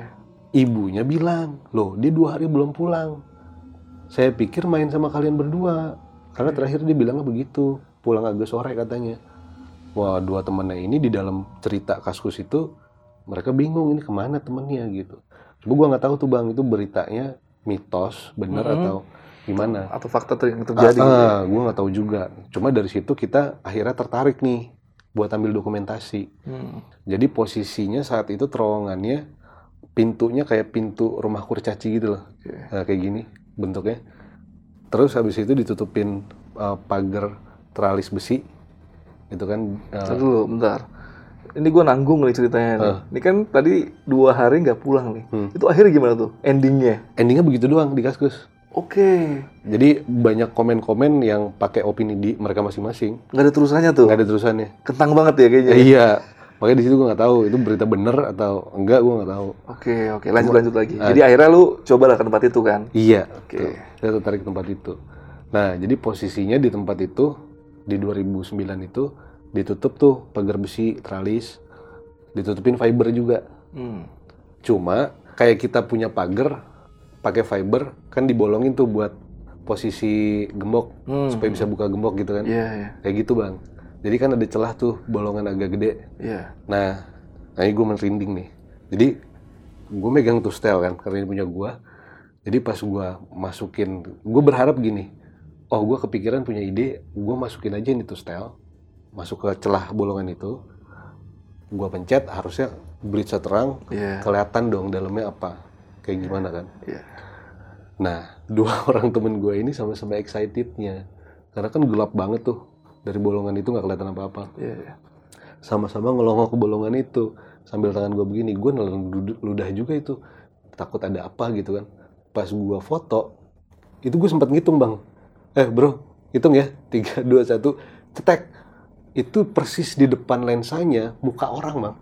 Ibunya bilang, loh dia 2 hari belum pulang. Saya pikir main sama kalian berdua. Karena terakhir dia bilangnya begitu, pulang agak sore katanya. Wah 2 temennya ini di dalam cerita Kaskus itu mereka bingung ini kemana temennya gitu. Cuma gue nggak tahu tuh bang, itu beritanya mitos bener atau gimana? Atau fakta yang terjadi gitu ya? Gue nggak tahu juga. Cuma dari situ kita akhirnya tertarik nih buat ambil dokumentasi. Jadi posisinya saat itu terowongannya pintunya kayak pintu rumah kurcaci gitu loh. Nah, kayak gini bentuknya. Terus habis itu ditutupin pagar teralis besi. Itu kan. Dulu, bentar. Ini gue nanggung nih ceritanya nih. Ini kan tadi 2 hari nggak pulang nih. Itu akhirnya gimana tuh endingnya? Endingnya begitu doang di Kaskus. Jadi banyak komen-komen yang pakai opini di mereka masing-masing. Nggak ada terusannya tuh? Nggak ada terusannya. Kentang banget ya kayaknya. Iya. Makanya di situ gue nggak tahu itu berita bener atau enggak, gue nggak tahu. Oke. Lanjut lagi. Jadi akhirnya lu cobalah ke tempat itu kan? Iya. Saya tertarik ke tempat itu. Nah jadi posisinya di tempat itu di 2009 itu ditutup tuh pagar besi teralis, ditutupin fiber juga. Cuma kayak kita punya pagar pakai fiber kan dibolongin tuh buat posisi gembok supaya bisa buka gembok gitu kan. Kayak gitu bang. Jadi kan ada celah tuh bolongan agak gede. Nah ini gue merinding nih. Jadi gue megang tuh setel kan karena ini punya gue. Jadi pas gue masukin, gue berharap gini. Oh gue kepikiran punya ide, gue masukin aja ini tuh setel, masuk ke celah bolongan itu. Gue pencet harusnya blitz terang, kelihatan dong dalamnya apa. Kayak gimana kan. Nah 2 orang temen gue ini sama-sama excitednya. Karena kan gelap banget tuh. Dari bolongan itu gak kelihatan apa-apa. sama-sama ngelongok ke bolongan itu sambil tangan gue begini. Gue nelen ludah juga itu, takut ada apa gitu kan. Pas gue foto itu gue sempat ngitung bang, bro hitung ya, 3, 2, 1 cetek, itu persis di depan lensanya muka orang bang.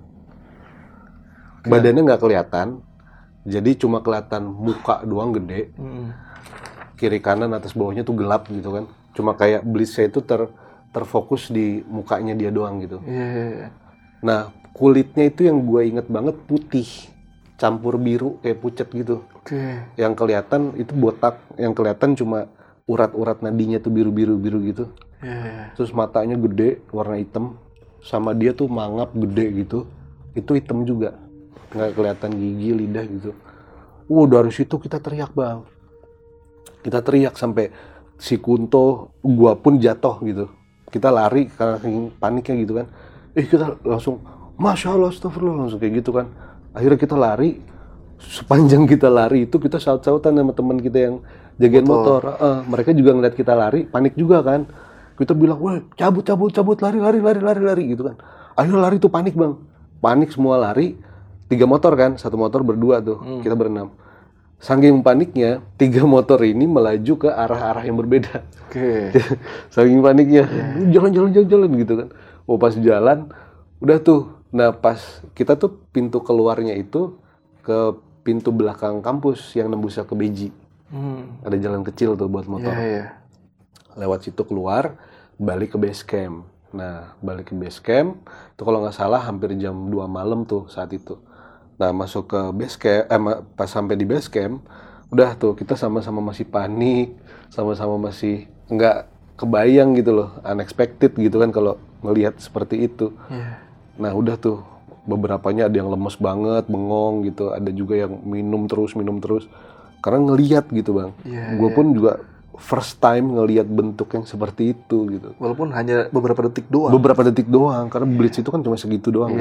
Badannya nggak kelihatan, jadi cuma kelihatan muka doang gede. Kiri kanan atas bawahnya tuh gelap gitu kan, cuma kayak blitznya itu terfokus di mukanya dia doang gitu. Nah kulitnya itu yang gue inget banget putih campur biru kayak pucet gitu. Yang kelihatan itu botak, yang kelihatan cuma urat-urat nadinya tuh biru gitu. Terus matanya gede warna hitam, sama dia tuh mangap gede gitu, itu hitam juga, nggak kelihatan gigi lidah gitu. Dari situ kita teriak bang, kita teriak sampai si Kunto, gua pun jatuh gitu. Kita lari karena paniknya gitu kan. Kita langsung Masya Allah, astagfirullah, langsung kayak gitu kan. Akhirnya kita lari, sepanjang kita lari itu kita saut-sautan sama teman kita yang jagain motor. Mereka juga ngeliat kita lari, panik juga kan. Kita bilang, wah cabut, lari gitu kan. Akhirnya lari tuh panik bang, panik semua lari. 3 motor kan, 1 motor berdua tuh, kita berenam. Saking paniknya, 3 motor ini melaju ke arah-arah yang berbeda. Saking paniknya, jalan gitu kan. Pas jalan, udah tuh. Nah pas kita tuh pintu keluarnya itu ke pintu belakang kampus yang nembusnya ke Beji. Ada jalan kecil tuh buat motor. Lewat situ keluar, balik ke base camp. Nah balik ke base camp, itu kalau nggak salah hampir jam 2 malam tuh saat itu. Nah masuk ke base camp, pas sampai di base camp, udah tuh kita sama-sama masih panik, sama-sama masih nggak kebayang gitu loh, unexpected gitu kan kalau ngelihat seperti itu. Nah udah tuh, beberapanya ada yang lemes banget, bengong gitu, ada juga yang minum terus, karena ngelihat gitu bang. Gue pun juga first time ngelihat bentuk yang seperti itu gitu. Walaupun hanya beberapa detik doang. Karena blitz itu kan cuma segitu doang.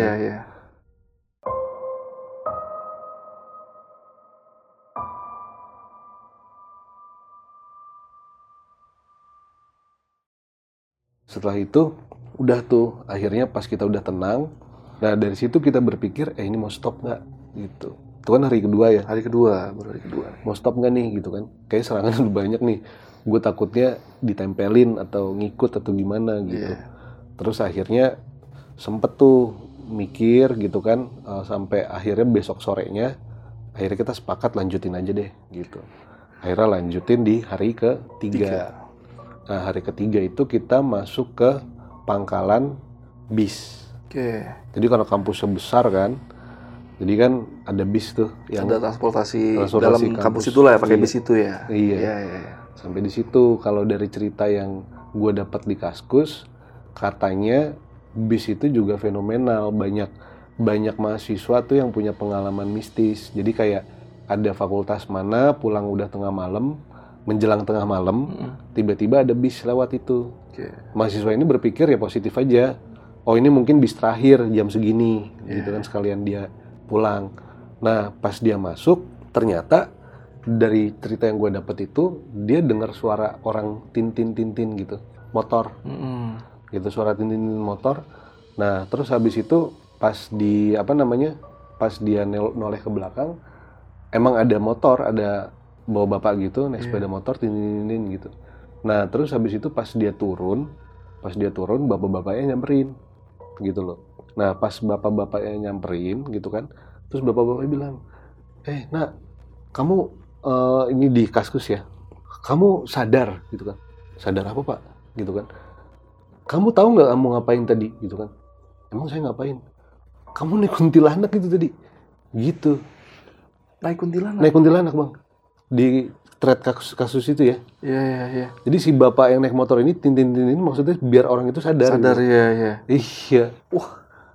Setelah itu, udah tuh, akhirnya pas kita udah tenang, nah dari situ kita berpikir, ini mau stop nggak? Gitu. Itu kan hari kedua ya? Baru hari kedua. Mau stop nggak nih? Gitu kan. Kayak serangan udah banyak nih. Gue takutnya ditempelin atau ngikut atau gimana gitu. Terus akhirnya sempet tuh mikir gitu kan, sampai akhirnya besok sorenya, akhirnya kita sepakat lanjutin aja deh gitu. Akhirnya lanjutin di hari ketiga. Nah hari ketiga itu kita masuk ke pangkalan bis. Jadi karena kampusnya besar kan, jadi kan ada bis tuh yang ada transportasi dalam kampus itulah ya, pakai bis itu ya. Iya. Sampai di situ kalau dari cerita yang gue dapat di Kaskus, katanya bis itu juga fenomenal, banyak mahasiswa tuh yang punya pengalaman mistis. Jadi kayak ada fakultas mana pulang udah tengah malam, menjelang tengah malam, tiba-tiba ada bis lewat itu. Mahasiswa ini berpikir ya positif aja. Ini mungkin bis terakhir jam segini, gitu kan, sekalian dia pulang. Nah, pas dia masuk, ternyata dari cerita yang gue dapet itu, dia dengar suara orang tintin gitu, motor, gitu, suara tintin motor. Nah, terus habis itu pas pas dia noleh ke belakang, emang ada motor, ada bawa bapak gitu naik sepeda motor tintin gitu. Nah terus habis itu pas dia turun bapak-bapaknya nyamperin gitu loh. Nah pas bapak-bapaknya nyamperin gitu kan, terus bapak-bapaknya bilang, nak, kamu ini di Kaskus ya, kamu sadar gitu kan? Sadar apa pak? Gitu kan? Kamu tahu nggak kamu ngapain tadi gitu kan? Emang saya ngapain? Kamu naik kuntilanak gitu tadi, gitu. Naik kuntilanak bang, di thread kasus itu ya. Iya. Jadi si bapak yang naik motor ini tintin ini maksudnya biar orang itu sadar. Gitu. Iya. Wah.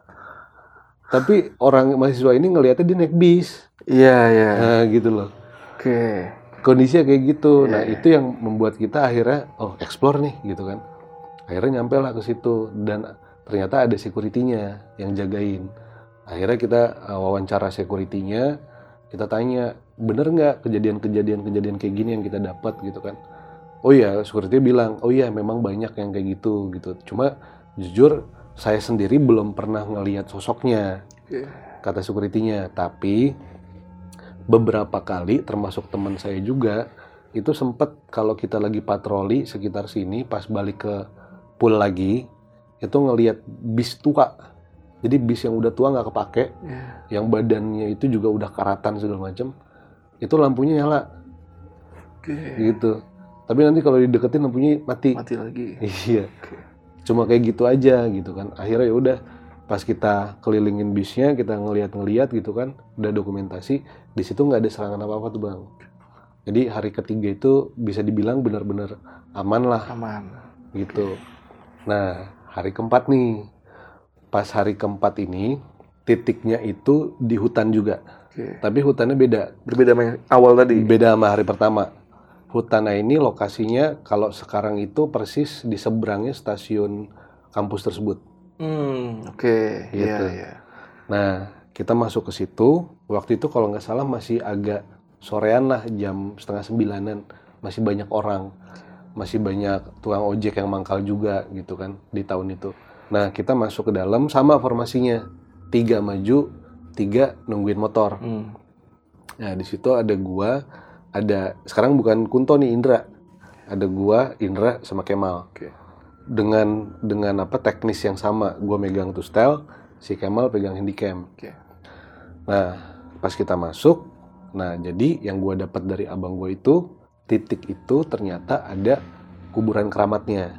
Tapi orang mahasiswa ini ngelihatnya dia naik bis. Iya. Nah gitu loh. Kondisinya kayak gitu. Nah itu yang membuat kita akhirnya explore nih gitu kan. Akhirnya nyampe lah ke situ dan ternyata ada security-nya yang jagain. Akhirnya kita wawancara security-nya, kita tanya, bener nggak kejadian kayak gini yang kita dapat gitu kan? Oh iya, security bilang, oh iya memang banyak yang kayak gitu. Cuma jujur saya sendiri belum pernah ngelihat sosoknya, kata security-nya. Tapi beberapa kali, termasuk teman saya juga, itu sempet kalau kita lagi patroli sekitar sini, pas balik ke pool lagi, itu ngelihat bis tua. Jadi bis yang udah tua nggak kepake, yang badannya itu juga udah karatan segala macam, itu lampunya nyala, gitu. Tapi nanti kalau dideketin lampunya mati lagi. Iya. Cuma kayak gitu aja gitu kan. Akhirnya ya udah, pas kita kelilingin bisnya, kita ngeliat gitu kan, udah dokumentasi, di situ nggak ada serangan apa-apa tuh bang. Jadi hari ketiga itu bisa dibilang benar-benar aman lah. Aman. Gitu. Nah, hari keempat nih. Pas hari keempat ini, titiknya itu di hutan juga. Tapi hutannya beda. Berbeda sama yang awal tadi? Beda sama hari pertama. Hutannya ini lokasinya kalau sekarang itu persis di seberangnya stasiun kampus tersebut. Gitu. Iya. Nah, kita masuk ke situ. Waktu itu kalau nggak salah masih agak sorean lah, jam 8:30-an. Masih banyak orang. Masih banyak tukang ojek yang mangkal juga gitu kan di tahun itu. Nah, kita masuk ke dalam sama formasinya. 3 maju, 3 nungguin motor. Nah, di situ ada gua, ada sekarang bukan Kunto nih, Indra. Ada gua, Indra sama Kemal. Dengan apa teknis yang sama. Gua megang tustel, si Kemal pegang handycam. Nah, pas kita masuk, nah jadi yang gua dapat dari abang gua itu, titik itu ternyata ada kuburan keramatnya.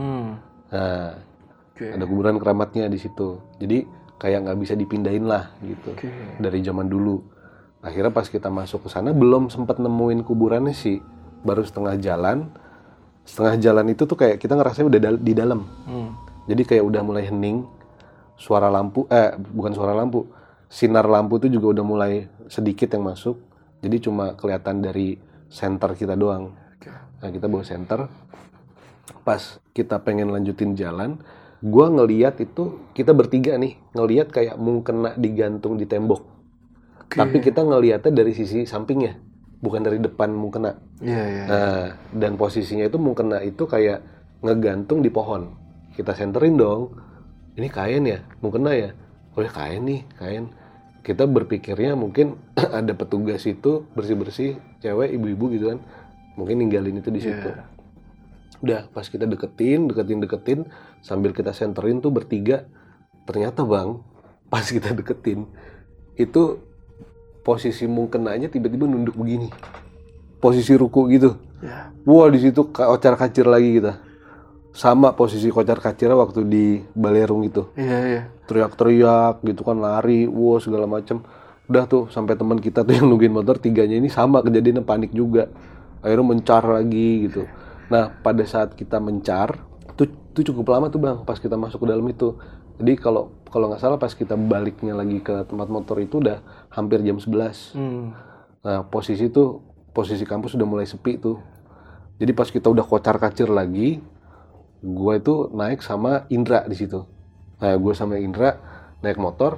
Nah, ada kuburan keramatnya di situ. Jadi kayak nggak bisa dipindahin lah gitu. Dari zaman dulu. Akhirnya pas kita masuk ke sana belum sempat nemuin kuburannya sih. Baru setengah jalan. Setengah jalan itu tuh kayak kita ngerasain udah di dalam. Jadi kayak udah mulai hening. Suara lampu, bukan suara lampu. Sinar lampu tuh juga udah mulai sedikit yang masuk. Jadi cuma kelihatan dari senter kita doang. Nah, kita bawa senter. Pas kita pengen lanjutin jalan, gua ngeliat itu kita bertiga nih ngeliat kayak mukena digantung di tembok. Tapi kita ngeliatnya dari sisi sampingnya, bukan dari depan mukena. Nah, dan posisinya itu mukena itu kayak ngegantung di pohon. Kita senterin dong. Ini kain ya, mukena ya. Oh ya kain nih, kain. Kita berpikirnya mungkin ada petugas itu bersih-bersih, cewek, ibu-ibu gitu kan. Mungkin ninggalin itu di situ. Udah pas kita deketin sambil kita senterin tuh bertiga, ternyata bang pas kita deketin itu posisi mukenanya tiba-tiba nunduk begini, posisi ruku gitu. Wah di situ kocar kacir lagi kita, sama posisi kocar kacirnya waktu di Balerung itu. Teriak-teriak gitu kan, lari, wah segala macem. Udah tuh sampai teman kita tuh yang nungguin motor tiganya ini sama kejadiannya, panik juga. Akhirnya mencar lagi gitu. Nah, pada saat kita mencar, itu cukup lama tuh bang, pas kita masuk ke dalam itu. Jadi kalau nggak salah pas kita baliknya lagi ke tempat motor itu udah hampir jam 11. Nah, posisi kampus udah mulai sepi tuh. Jadi pas kita udah kocar-kacir lagi, gue itu naik sama Indra di situ. Nah, gue sama Indra naik motor.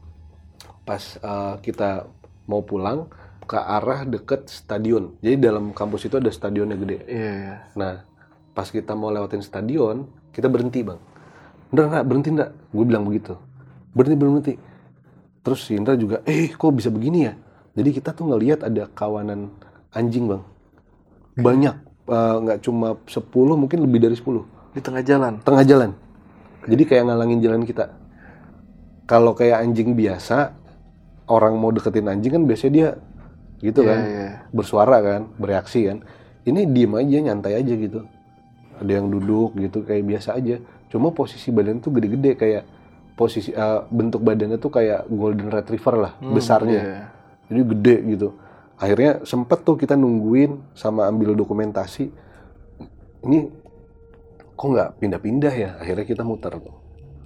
Pas kita mau pulang, ke arah deket stadion. Jadi dalam kampus itu ada stadionnya gede. Nah, pas kita mau lewatin stadion, kita berhenti bang. Indra, berhenti enggak? Gue bilang begitu. Berhenti. Terus si Indra juga, kok bisa begini ya? Jadi kita tuh ngelihat ada kawanan anjing bang. Banyak, nggak cuma 10, mungkin lebih dari 10. Di tengah jalan? Tengah jalan. Jadi kayak ngalangin jalan kita. Kalau kayak anjing biasa, orang mau deketin anjing kan biasanya dia gitu kan, bersuara kan, bereaksi kan. Ini diem aja, nyantai aja gitu. Ada yang duduk gitu kayak biasa aja. Cuma posisi badan tuh gede-gede, kayak posisi bentuk badannya tuh kayak golden retriever lah, besarnya. Jadi gede gitu. Akhirnya sempet tuh kita nungguin sama ambil dokumentasi. Ini kok nggak pindah-pindah ya? Akhirnya kita muter tuh.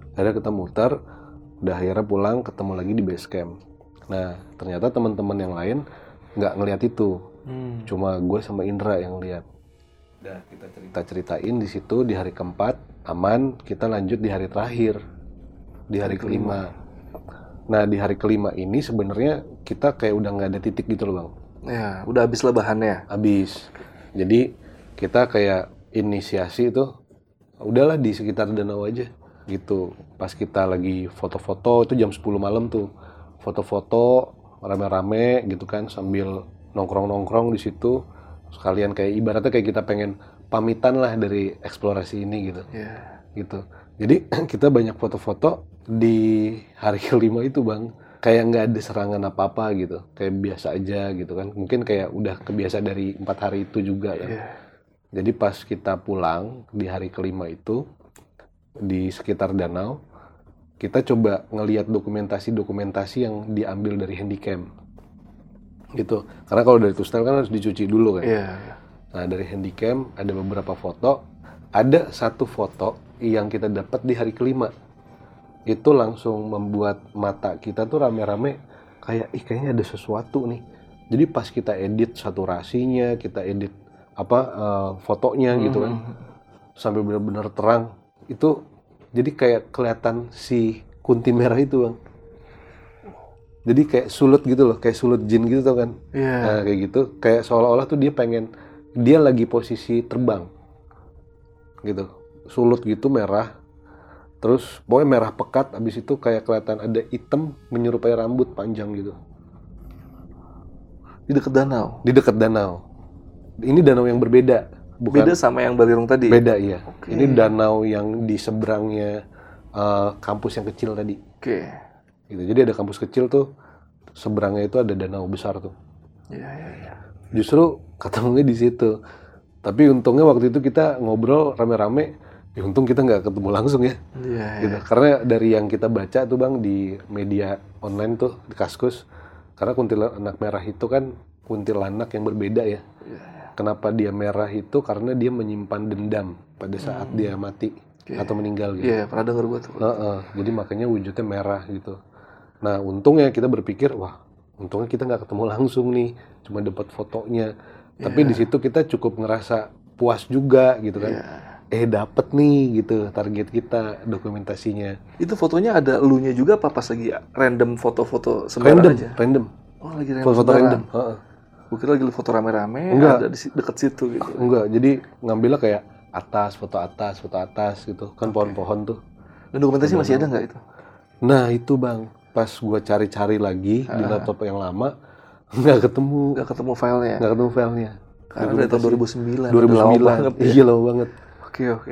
Udah akhirnya pulang, ketemu lagi di base camp. Nah, ternyata teman-teman yang lain nggak ngelihat itu. Cuma gue sama Indra yang lihat. Udah kita ceritain di situ di hari keempat aman, kita lanjut di hari terakhir, di hari kelima. Nah di hari kelima ini sebenarnya kita kayak udah nggak ada titik gitu loh bang. Ya udah habis lah bahannya. Habis. Jadi kita kayak inisiasi itu udahlah di sekitar danau aja. gitu. Pas kita lagi foto-foto itu jam 10 malam tuh, foto-foto rame-rame gitu kan, sambil nongkrong-nongkrong di situ, sekalian kayak ibaratnya kayak kita pengen pamitan lah dari eksplorasi ini gitu. Gitu. Jadi kita banyak foto-foto di hari kelima itu Bang, kayak nggak ada serangan apa-apa gitu, kayak biasa aja gitu kan, mungkin kayak udah kebiasa dari 4 hari itu juga kan. Jadi pas kita pulang di hari kelima itu di sekitar danau, kita coba ngelihat dokumentasi yang diambil dari handycam gitu, karena kalau dari tustel kan harus dicuci dulu kan. Nah dari handycam ada beberapa foto, ada satu foto yang kita dapat di hari kelima itu langsung membuat mata kita tuh rame-rame kayak kayaknya ada sesuatu nih. Jadi pas kita edit saturasinya, kita edit fotonya gitu kan, sampai benar-benar terang itu, jadi kayak kelihatan si kunti merah itu Bang. Jadi kayak sulut gitu loh, kayak sulut jin gitu tau kan. Nah kayak gitu, kayak seolah-olah tuh dia lagi posisi terbang gitu, sulut gitu merah. Terus pokoknya merah pekat, abis itu kayak kelihatan ada hitam menyerupai rambut panjang gitu. Di dekat danau? Di dekat danau. Ini danau yang berbeda. Bukan, beda sama yang Barirung tadi? Beda iya. Okay. Ini danau yang di seberangnya kampus yang kecil tadi. Gitu. Jadi ada kampus kecil tuh, seberangnya itu ada danau besar tuh. Justru ketemunya di situ. Tapi untungnya waktu itu kita ngobrol rame-rame, untung kita nggak ketemu langsung ya. Gitu. Karena dari yang kita baca tuh Bang di media online tuh, di Kaskus, karena kuntilanak merah itu kan kuntilanak yang berbeda ya. Kenapa dia merah itu? Karena dia menyimpan dendam pada saat dia mati atau meninggal gitu. Pernah denger gue tuh. Jadi makanya wujudnya merah gitu. Nah untungnya kita berpikir, wah untungnya kita nggak ketemu langsung nih, cuma dapat fotonya. Tapi di situ kita cukup ngerasa puas juga gitu kan. Dapet nih gitu target kita, dokumentasinya. Itu fotonya ada elunya juga apa pas lagi random foto-foto sembarang aja? Random. Oh lagi random. Foto random. Gue kira lagi foto rame-rame ada di deket situ gitu. Enggak, jadi ngambilnya kayak foto atas gitu. Kan pohon-pohon tuh. Dan dokumentasi masih ada nggak itu? Nah itu Bang, pas gue cari-cari lagi di laptop yang lama, nggak ketemu. Nggak ketemu filenya? Nggak ketemu filenya. Karena dari tahun 2009. 2009. Lama banget. Iya lama banget. Oke.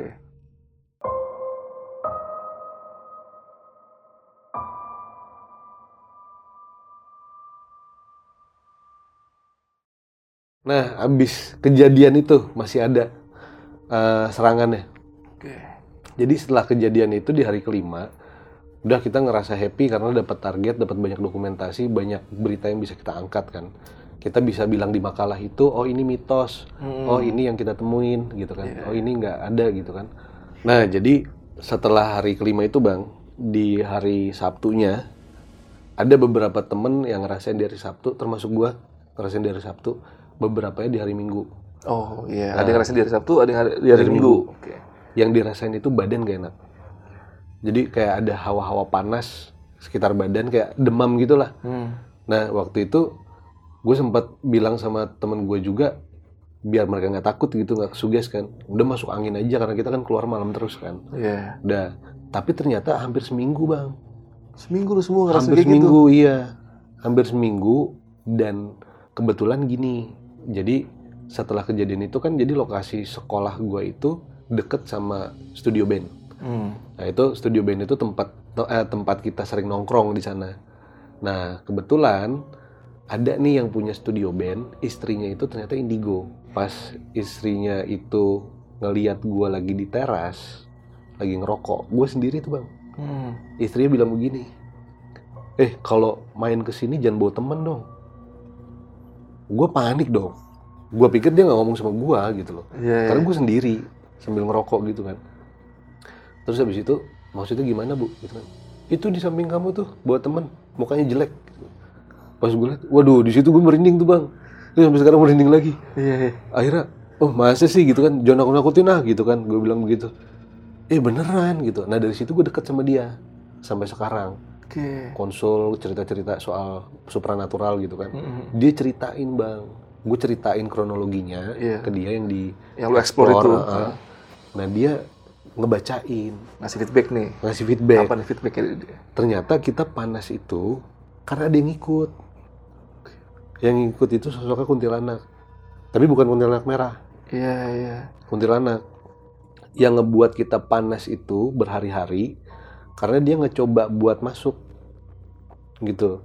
Nah, abis kejadian itu masih ada serangannya. Jadi setelah kejadian itu di hari kelima, udah kita ngerasa happy karena dapat target, dapat banyak dokumentasi, banyak berita yang bisa kita angkat kan. Kita bisa bilang di makalah itu, oh ini mitos, oh ini yang kita temuin gitu kan, oh ini nggak ada gitu kan. Nah jadi setelah hari kelima itu Bang, di hari Sabtunya ada beberapa temen yang ngerasain di hari Sabtu, termasuk gua ngerasain di hari Sabtu, beberapanya di hari Minggu. Oh iya, ada yang ngerasain di hari Sabtu, ada yang di hari Minggu. Yang dirasain itu badan gak enak. Jadi kayak ada hawa-hawa panas sekitar badan, kayak demam gitu lah. Nah waktu itu gue sempat bilang sama temen gue juga, biar mereka nggak takut gitu, nggak kesuges kan, udah masuk angin aja karena kita kan keluar malam terus kan. Udah, tapi ternyata hampir seminggu Bang. Seminggu lu semua ngerasa hampir kayak seminggu, gitu? Iya, hampir seminggu. Dan kebetulan gini, jadi setelah kejadian itu kan, jadi lokasi sekolah gue itu deket sama studio band. Nah itu studio band itu tempat kita sering nongkrong di sana. Nah kebetulan ada nih yang punya studio band, istrinya itu ternyata indigo. Pas istrinya itu ngelihat gue lagi di teras, lagi ngerokok, gue sendiri tuh Bang. Istrinya bilang begini, kalau main kesini jangan bawa temen dong. Gue panik dong. Gue pikir dia nggak ngomong sama gue gitu loh. Karena gue sendiri sambil ngerokok gitu kan. Terus habis itu, maksudnya gimana Bu? Gitu kan. Itu di samping kamu tuh bawa temen, mukanya jelek. Pas gue liat, waduh di situ gue merinding tuh Bang. Terus sampai sekarang merinding lagi. Akhirnya, oh masa sih gitu kan, jangan nakut-nakutin gitu kan. Gue bilang begitu. Beneran gitu. Nah dari situ gue deket sama dia sampai sekarang. Konsul, cerita-cerita soal supranatural gitu kan. Dia ceritain Bang. Gue ceritain kronologinya ke dia yang lu explore itu. Nah dia ngebacain, ngasih feedback nih. Ngasih feedback. Apa nih feedbacknya dia? Ternyata kita panas itu karena ada yang ngikut. Yang ngikut itu sosoknya kuntilanak. Tapi bukan kuntilanak merah. Iya. Kuntilanak. Yang ngebuat kita panas itu berhari-hari karena dia ngecoba buat masuk. Gitu.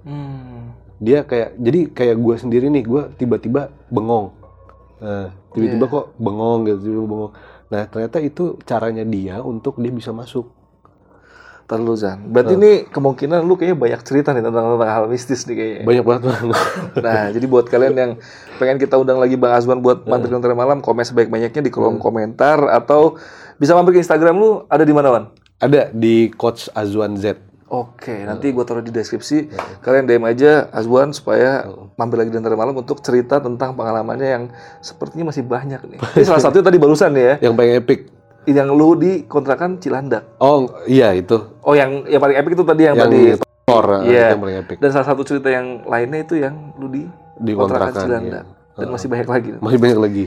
Dia kayak gue sendiri nih, gue tiba-tiba bengong. Tiba-tiba kok bengong gitu, tiba-tiba bengong. Nah, ternyata itu caranya dia untuk dia bisa masuk. Terlalu Zan. Berarti ini kemungkinan lu kayaknya banyak cerita nih tentang hal mistis nih kayaknya. Banyak banget Bang. Nah, jadi buat kalian yang pengen kita undang lagi Bang Azwan buat mampir ke Nonton Malam, komen sebaik-banyaknya di kolom komentar atau bisa mampir ke Instagram lu, ada di mana, Wan? Ada di Coach Azwan Z. Oke, nanti gue taruh di deskripsi. Kalian DM aja Azwan supaya mampir lagi di Nonton Malam untuk cerita tentang pengalamannya yang sepertinya masih banyak nih. Ini salah satunya tadi barusan nih ya. Yang paling epic. Yang lu di kontrakan Cilandak. Oh iya itu. Oh yang paling epic itu tadi yang tadi. Yang paling epic. Dan salah satu cerita yang lainnya itu yang lu di kontrakan Cilandak. Dan masih banyak lagi. Masih banyak lagi.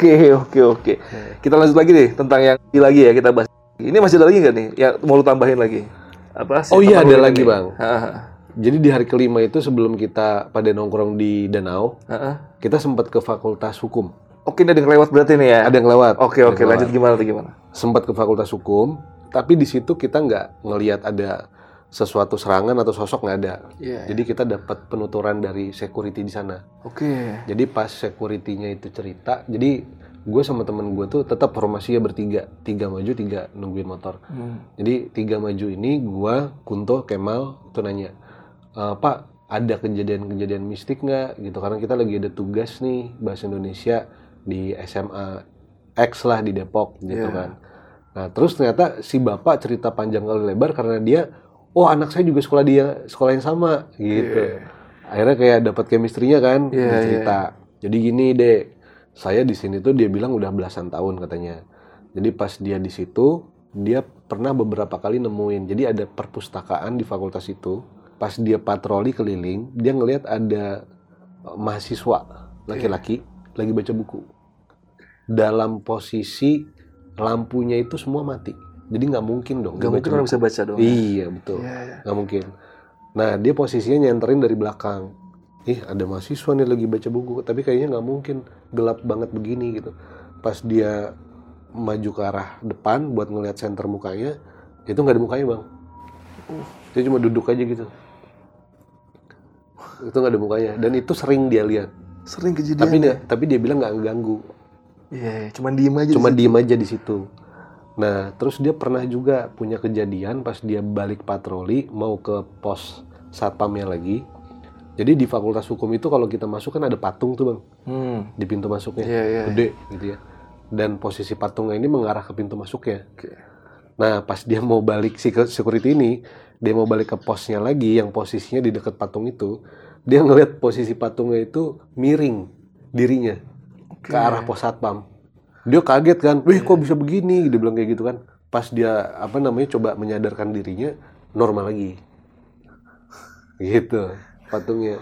Oke. Kita lanjut lagi nih tentang yang lagi ya, kita bahas. Ini masih ada lagi nggak nih? Ya mau lu tambahin lagi? Apa sih? Oh iya ada lagi Bang. Jadi di hari kelima itu sebelum kita pada nongkrong di Danau, kita sempat ke Fakultas Hukum. Oke, ada yang lewat berarti nih ya? Ada yang lewat. Oke, lanjut gimana? Sempat ke Fakultas Hukum, tapi di situ kita nggak ngelihat ada sesuatu serangan atau sosok, nggak ada. Jadi kita dapat penuturan dari security di sana. Oke. Jadi pas security-nya itu cerita, jadi gue sama temen gue tuh tetap formasinya bertiga, 3 maju 3 nungguin motor. Jadi 3 maju ini gue, Kunto, Kemal tuh nanya, Pak ada kejadian-kejadian mistik nggak gitu, karena kita lagi ada tugas nih bahasa Indonesia di SMA X lah di Depok gitu kan. Nah terus ternyata si bapak cerita panjang kali lebar karena dia, anak saya juga sekolah yang sama gitu. Akhirnya kayak dapat chemistry-nya kan, dia cerita. Jadi gini deh, saya di sini tuh dia bilang udah belasan tahun katanya. Jadi pas dia di situ, dia pernah beberapa kali nemuin. Jadi ada perpustakaan di fakultas itu. Pas dia patroli keliling, dia ngelihat ada mahasiswa laki-laki lagi baca buku. Dalam posisi lampunya itu semua mati. Jadi nggak mungkin dong. Nggak mungkin orang bisa baca dong. Iya betul. Nggak mungkin. Nah dia posisinya nyenterin dari belakang. Ada mahasiswa nih lagi baca buku, tapi kayaknya nggak mungkin, gelap banget begini gitu. Pas dia maju ke arah depan buat ngelihat senter mukanya, itu nggak ada mukanya Bang. Dia cuma duduk aja gitu. Itu nggak ada mukanya. Dan itu sering dia lihat. Sering kejadian. Tapi dia bilang nggak ganggu. Cuma diem aja. Diem aja di situ. Nah, terus dia pernah juga punya kejadian pas dia balik patroli mau ke pos satpamnya lagi. Jadi di Fakultas Hukum itu kalau kita masuk kan ada patung tuh Bang. Di pintu masuknya. Gede gitu ya. Dan posisi patungnya ini mengarah ke pintu masuknya. Nah, pas dia mau balik si security ini, dia mau balik ke posnya lagi yang posisinya di dekat patung itu, dia ngeliat posisi patungnya itu miring dirinya ke arah pos satpam. Dia kaget kan, kok bisa begini? Dia bilang kayak gitu kan. Pas dia coba menyadarkan dirinya, normal lagi. Gitu patungnya.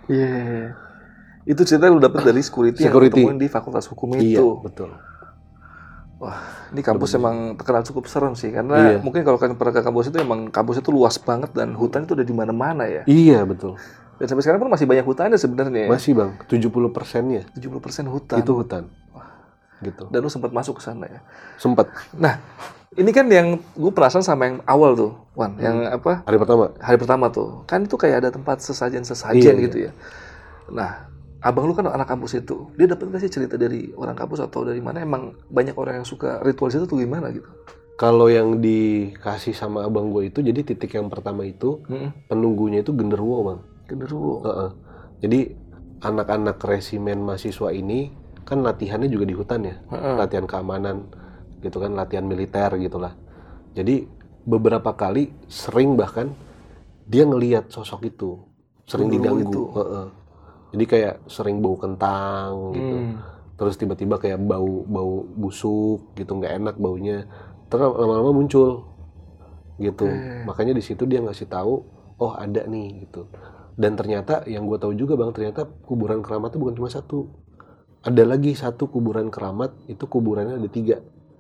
Itu cerita lu dapet dari security yang ketemuin di Fakultas Hukum itu. Iya, betul. Wah, ini kampus emang terkenal cukup serem sih, karena mungkin kalau kalian pernah ke kampus itu, emang kampus itu luas banget dan hutan itu udah di mana-mana ya. Iya, betul. Dan sampai sekarang pun masih banyak hutannya sebenarnya. Masih Bang, 70%-nya. 70% hutan. Itu hutan. Gitu. Dan lu sempat masuk ke sana ya? Sempat. Nah, ini kan yang gue penasaran sama yang awal tuh, Wan, yang apa? Hari pertama tuh. Kan itu kayak ada tempat sesajen gitu ya. Nah, abang lu kan anak kampus itu. Dia dapat nggak sih cerita dari orang kampus atau dari mana? Emang banyak orang yang suka ritual itu tuh gimana gitu? Kalau yang dikasih sama abang gue itu, jadi titik yang pertama itu penunggunya itu genderuwo Bang. Genderuwo. Jadi anak-anak resimen mahasiswa ini kan latihannya juga di hutan ya, latihan keamanan gitu kan, latihan militer gitulah. Jadi beberapa kali sering bahkan dia ngelihat sosok itu, sering diganggu. Jadi kayak sering bau kentang gitu. Terus tiba-tiba kayak bau busuk gitu, nggak enak baunya. Terus lama-lama muncul gitu. Makanya di situ dia ngasih tahu, oh ada nih gitu. Dan ternyata yang gue tahu juga Bang, ternyata kuburan keramat itu bukan cuma satu. Ada lagi satu kuburan keramat, itu kuburannya ada 3.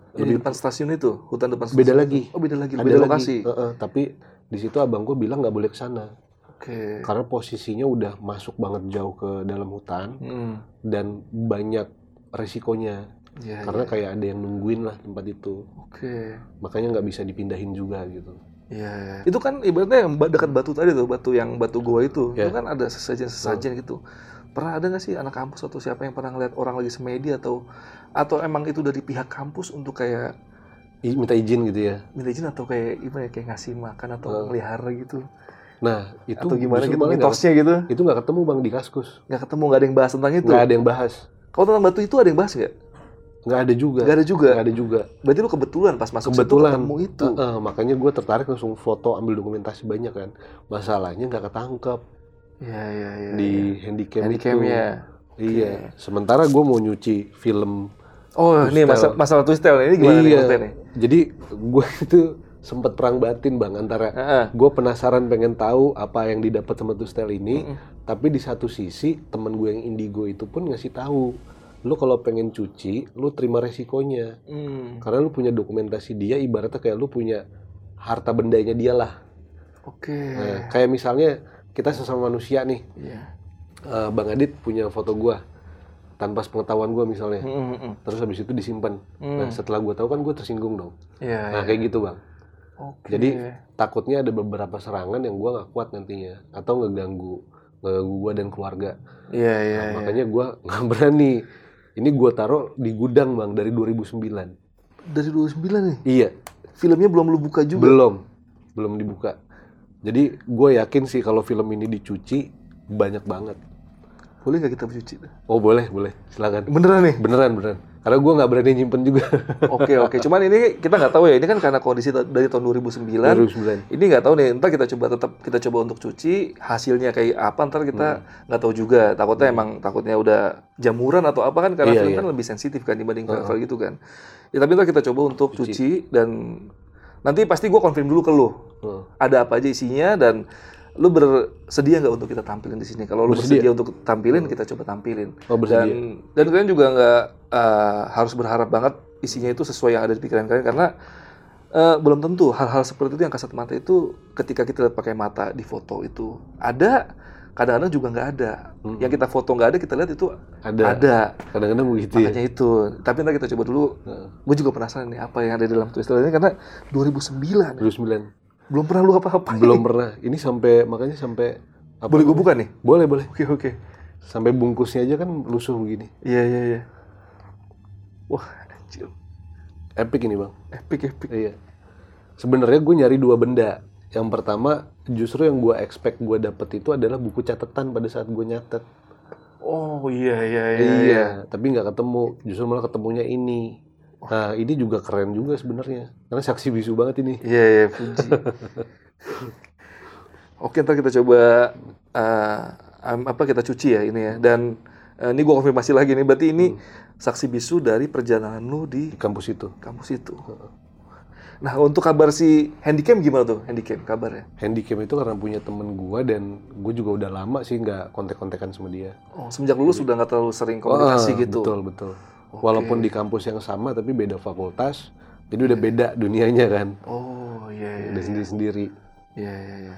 Di depan stasiun itu, hutan depan stasiun. Beda lagi. Oh, beda lagi. Beda lokasi. Tapi di situ abang gue bilang nggak boleh ke sana. Oke. Karena posisinya udah masuk banget jauh ke dalam hutan dan banyak resikonya. Karena kayak ada yang nungguin lah tempat itu. Oke. Makanya nggak bisa dipindahin juga gitu. Iya. Itu kan ibaratnya yang dekat batu tadi tuh, batu goa itu. Itu kan ada sesajen gitu. Pernah ada nggak sih anak kampus atau siapa yang pernah ngeliat orang lagi semedi atau emang itu dari pihak kampus untuk kayak minta izin gitu ya? Minta izin atau kayak gimana, kayak ngasih makan atau melihara gitu? Nah, itu atau gimana gitu mitosnya gitu? Itu nggak ketemu bang di Kaskus. Nggak ketemu, nggak ada yang bahas tentang itu? Nggak ada yang bahas. Kalau tentang batu itu ada yang bahas nggak? Nggak ada juga. Nggak ada juga. Berarti lu kebetulan pas masuk situ ketemu itu. Makanya gue tertarik langsung foto, ambil dokumentasi banyak kan. Masalahnya nggak ketangkep. Iya. Di handycam itu. Handycamnya. Iya. Sementara gue mau nyuci film. Oh, ini masalah Twistel ini gimana nih? Jadi gue itu sempat perang batin bang antara gue penasaran pengen tahu apa yang didapat sama Twistel ini, tapi di satu sisi temen gue yang indigo itu pun ngasih tahu, lu kalau pengen cuci, lu terima resikonya, karena lu punya dokumentasi dia, ibaratnya kayak lu punya harta bendanya dia lah. Oke. Nah, kayak misalnya kita sesama manusia nih, Bang Adit punya foto gue tanpa pengetahuan gue misalnya, terus habis itu disimpan. Nah setelah gue tahu kan gue tersinggung dong. Kayak gitu bang. Jadi takutnya ada beberapa serangan yang gue nggak kuat nantinya atau ngeganggu gue dan keluarga. Makanya gue nggak berani. Ini gue taruh di gudang bang dari 2009. Dari 2009 nih? Iya. Filmnya belum lu buka juga? Belum dibuka. Jadi gue yakin sih kalau film ini dicuci banyak banget. Boleh nggak kita cuci? Oh boleh, silakan. Beneran nih? Beneran. Karena gue nggak berani nyimpen juga. Oke. Cuman ini kita nggak tahu ya. Ini kan karena kondisi dari tahun 2009. Ini nggak tahu nih. Ntar kita coba untuk cuci. Hasilnya kayak apa? Ntar kita nggak tahu juga. Takutnya udah jamuran atau apa kan? Karena film kan lebih sensitif kan dibanding film gitu kan. Ya tapi ntar kita coba untuk cuci dan nanti pasti gue konfirm dulu ke lu. Ada apa aja isinya dan lu bersedia nggak untuk kita tampilin di sini? Kalau lu bersedia untuk tampilin, kita coba tampilin. Dan kalian juga nggak harus berharap banget isinya itu sesuai yang ada di pikiran kalian karena belum tentu hal-hal seperti itu yang kasat mata itu ketika kita lihat pakai mata di foto itu ada, kadang-kadang juga nggak ada. Yang kita foto nggak ada, kita lihat itu ada. Kadang-kadang begitu. Makanya itu. Tapi nanti kita coba dulu. Gue juga penasaran nih apa yang ada di dalam Twistel ini karena 2009. Belum pernah lu apa-apa. Belum pernah. Ini sampai boleh gue buka nih? Boleh. Oke. Sampai bungkusnya aja kan lusuh begini. Iya. Wah, anjir. Epic ini, Bang. Epic. Iya. Sebenarnya gue nyari dua benda. Yang pertama, justru yang gue expect gue dapet itu adalah buku catatan pada saat gue nyatet. Oh, iya. Tapi nggak ketemu. Justru malah ketemunya ini. Nah, ini juga keren juga sebenarnya. Karena saksi bisu banget ini. Iya, Fuji. Oke, ntar kita coba kita cuci ya ini ya. Dan ini gue konfirmasi lagi nih. Berarti ini saksi bisu dari perjalanan lu di kampus itu. Nah, untuk kabar si Handycam gimana tuh? Handycam kabarnya? Handycam itu karena punya temen gue dan gue juga udah lama sih nggak kontek-kontekan sama dia. Oh, semenjak lulus sudah nggak terlalu sering komunikasi gitu? Betul. Okay. Walaupun di kampus yang sama tapi beda fakultas, jadi udah beda dunianya kan. Oh iya. Udah sendiri-sendiri. Iya.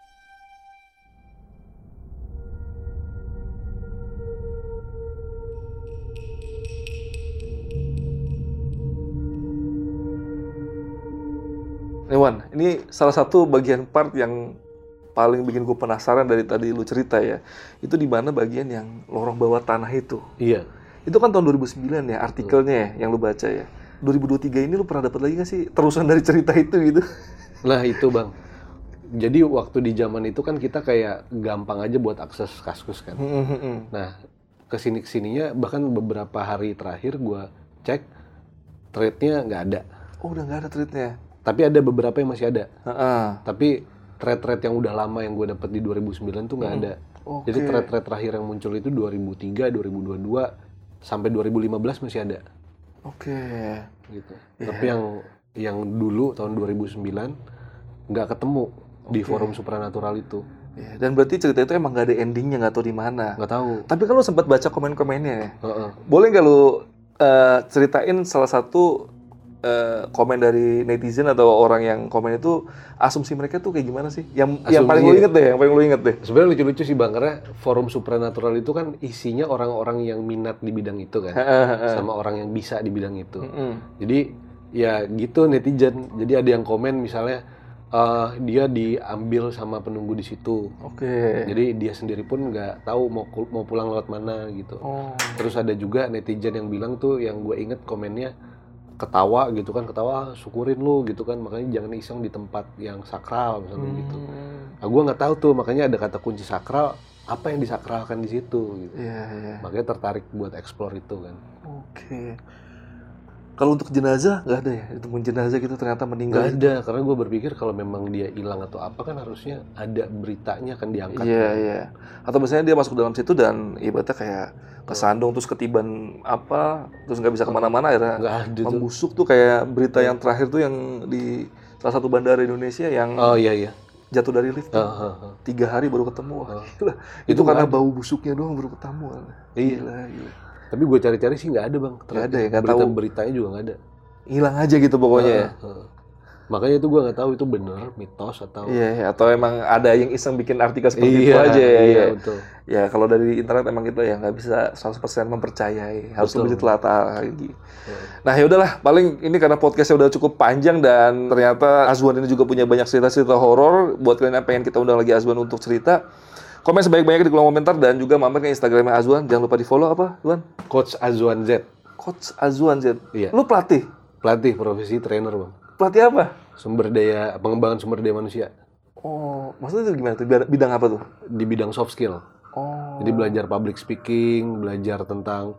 Wan, ini salah satu bagian part yang paling bikin gue penasaran dari tadi lu cerita ya. Itu di mana bagian yang lorong bawah tanah itu. Iya. Itu kan tahun 2009 ya artikelnya ya, yang lu baca ya. 2023 ini lu pernah dapat lagi nggak sih terusan dari cerita itu gitu? Nah itu bang. Jadi waktu di zaman itu kan kita kayak gampang aja buat akses Kaskus kan. Nah kesininya bahkan beberapa hari terakhir gue cek thread-nya nggak ada. Oh udah nggak ada thread-nya? Tapi ada beberapa yang masih ada. Tapi thread-thread yang udah lama yang gue dapat di 2009 tuh nggak ada. Okay. Jadi thread-thread terakhir yang muncul itu 2003, 2022 sampai 2015 masih ada. Oke. Gitu. Yeah. Tapi yang dulu tahun 2009 nggak ketemu di forum supranatural itu. Yeah. Dan berarti cerita itu emang nggak ada endingnya, nggak tahu di mana. Nggak tahu. Tapi kan lu sempat baca komen-komennya ya. Boleh nggak lu ceritain salah satu komen dari netizen atau orang yang komen itu, asumsi mereka tuh kayak gimana sih? Yang paling lu inget deh. Sebenarnya lucu-lucu sih Bang, karena forum supranatural itu kan isinya orang-orang yang minat di bidang itu kan, sama orang yang bisa di bidang itu. Jadi ya gitu netizen. Jadi ada yang komen misalnya dia diambil sama penunggu di situ. Jadi dia sendiri pun nggak tahu mau pulang lewat mana gitu. Terus ada juga netizen yang bilang tuh, yang gue inget komennya, ketawa gitu kan, ketawa syukurin lu gitu kan, makanya jangan iseng di tempat yang sakral misalnya gitu. Nah, gue nggak tahu tuh, makanya ada kata kunci sakral, apa yang disakralkan di situ gitu. Makanya tertarik buat explore itu kan. Kalau untuk jenazah nggak ada ya? Ditemuin jenazah gitu ternyata meninggal? Nggak ada, karena gue berpikir kalau memang dia hilang atau apa kan harusnya ada beritanya kan diangkat. Iya. Atau misalnya dia masuk dalam situ dan ibaratnya kayak kesandung terus ketiban apa, terus nggak bisa kemana-mana akhirnya membusuk tuh kayak berita yang terakhir tuh yang di salah satu bandara Indonesia yang jatuh dari lift tuh. 3 hari baru ketemu. Itu karena bau busuknya doang baru ketemu. Gila. Tapi gue cari-cari sih nggak ada Bang. Nggak ada ya, nggak tahu. Beritanya juga nggak ada. Hilang aja gitu pokoknya ya. Makanya itu gue nggak tahu itu bener mitos atau. Atau emang ada yang iseng bikin artikel seperti itu aja ya. Iya, betul. Ya kalau dari internet emang gitu ya, nggak bisa 100% mempercayai, harus lebih ditelaah lagi. Nah ya udahlah, paling ini karena podcastnya udah cukup panjang dan ternyata Azwan ini juga punya banyak cerita-cerita horor. Buat kalian yang pengen kita undang lagi Azwan untuk cerita, komen sebanyak-banyaknya di kolom komentar dan juga mampir ke Instagramnya Azwan. Jangan lupa di follow apa, Azwan? Coach Azwan Z. Coach Azwan Z. Iya. Lu pelatih? Pelatih, profesi trainer Bang. Pelatih apa? Pengembangan sumber daya manusia. Maksudnya itu gimana tuh? Bidang apa tuh? Di bidang soft skill. Jadi belajar public speaking, belajar tentang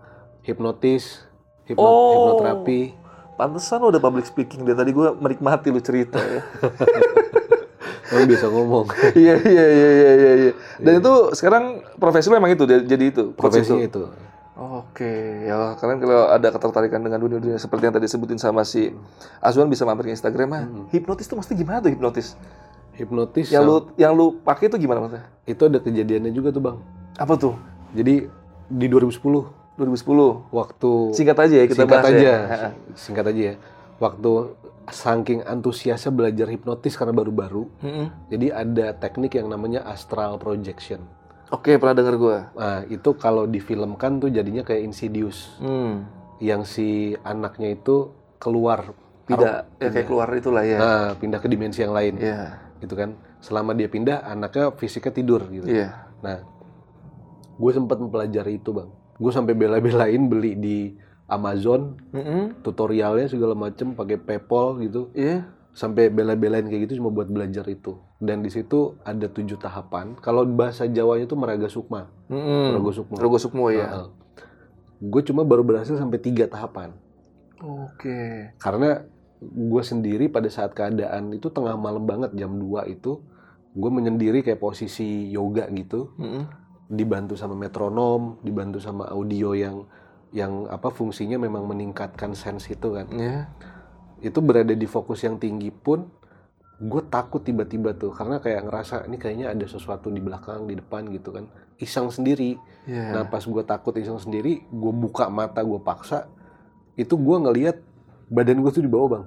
hipnoterapi. Pantesan lo udah public speaking deh. Tadi gue menikmati lu cerita ya. Lo bisa ngomong. Iya. Dan itu sekarang profesi lo emang itu, jadi itu? Profesinya itu. Ya kalian kalau ada ketertarikan dengan dunia seperti yang tadi sebutin sama si Azwan bisa mampir ke Instagramnya. Hipnotis tuh maksudnya gimana tuh hipnotis? Hipnotis yang lu pakai itu gimana maksudnya? Itu ada kejadiannya juga tuh Bang. Apa tuh? Jadi di 2010 waktu singkat aja ya kita bahas ya. Singkat aja ya. Waktu saking antusiasnya belajar hipnotis karena baru-baru. Jadi ada teknik yang namanya astral projection. Pernah denger gue. Nah, itu kalau difilmkan tuh jadinya kayak Insidious. Yang si anaknya itu keluar. Kayak keluar itulah ya. Nah, pindah ke dimensi yang lain. Gitu kan. Selama dia pindah, anaknya fisiknya tidur gitu. Nah, gue sempat mempelajari itu Bang. Gue sampai bela-belain beli di Amazon. Tutorialnya segala macem pakai PayPal gitu. Sampai bela-belain kayak gitu cuma buat belajar itu. Dan di situ ada 7 tahapan. Kalau bahasa Jawanya itu Meraga Sukma. Meraga Sukmo ya. Gue cuma baru berhasil sampai 3 tahapan. Karena gue sendiri pada saat keadaan itu tengah malam banget, jam 2 itu gue menyendiri kayak posisi yoga gitu. Dibantu sama metronom, dibantu sama audio yang apa fungsinya memang meningkatkan sense itu kan. Itu berada di fokus yang tinggi pun gue takut tiba-tiba tuh, karena kayak ngerasa ini kayaknya ada sesuatu di belakang, di depan gitu kan, iseng sendiri. Nah pas gue takut iseng sendiri, gue buka mata, gue paksa, itu gue ngelihat badan gue tuh di bawah Bang,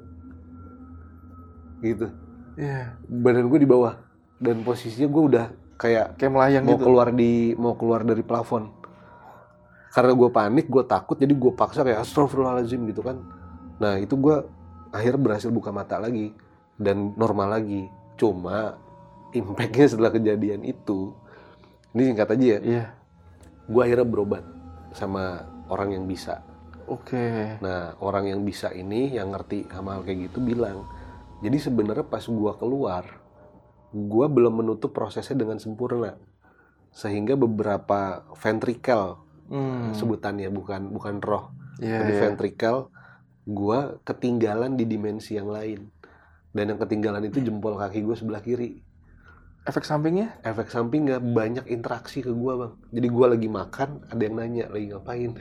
gitu. Badan gue di bawah dan posisinya gue udah kayak melayang mau gitu, mau keluar dari plafon. Karena gue panik, gue takut, jadi gue paksa kayak astagfirullahaladzim gitu kan. Nah itu gue akhirnya berhasil buka mata lagi dan normal lagi. Cuma impactnya setelah kejadian itu, ini singkat aja ya. Gue akhirnya berobat sama orang yang bisa. Nah orang yang bisa ini yang ngerti sama hal kayak gitu bilang, jadi sebenarnya pas gue keluar, gue belum menutup prosesnya dengan sempurna, sehingga beberapa ventrikel sebutannya, bukan roh, tapi ventrikel gue ketinggalan di dimensi yang lain. Dan yang ketinggalan itu jempol kaki gue sebelah kiri. Efek sampingnya? Efek sampingnya banyak interaksi ke gue Bang. Jadi gue lagi makan, ada yang nanya lagi ngapain.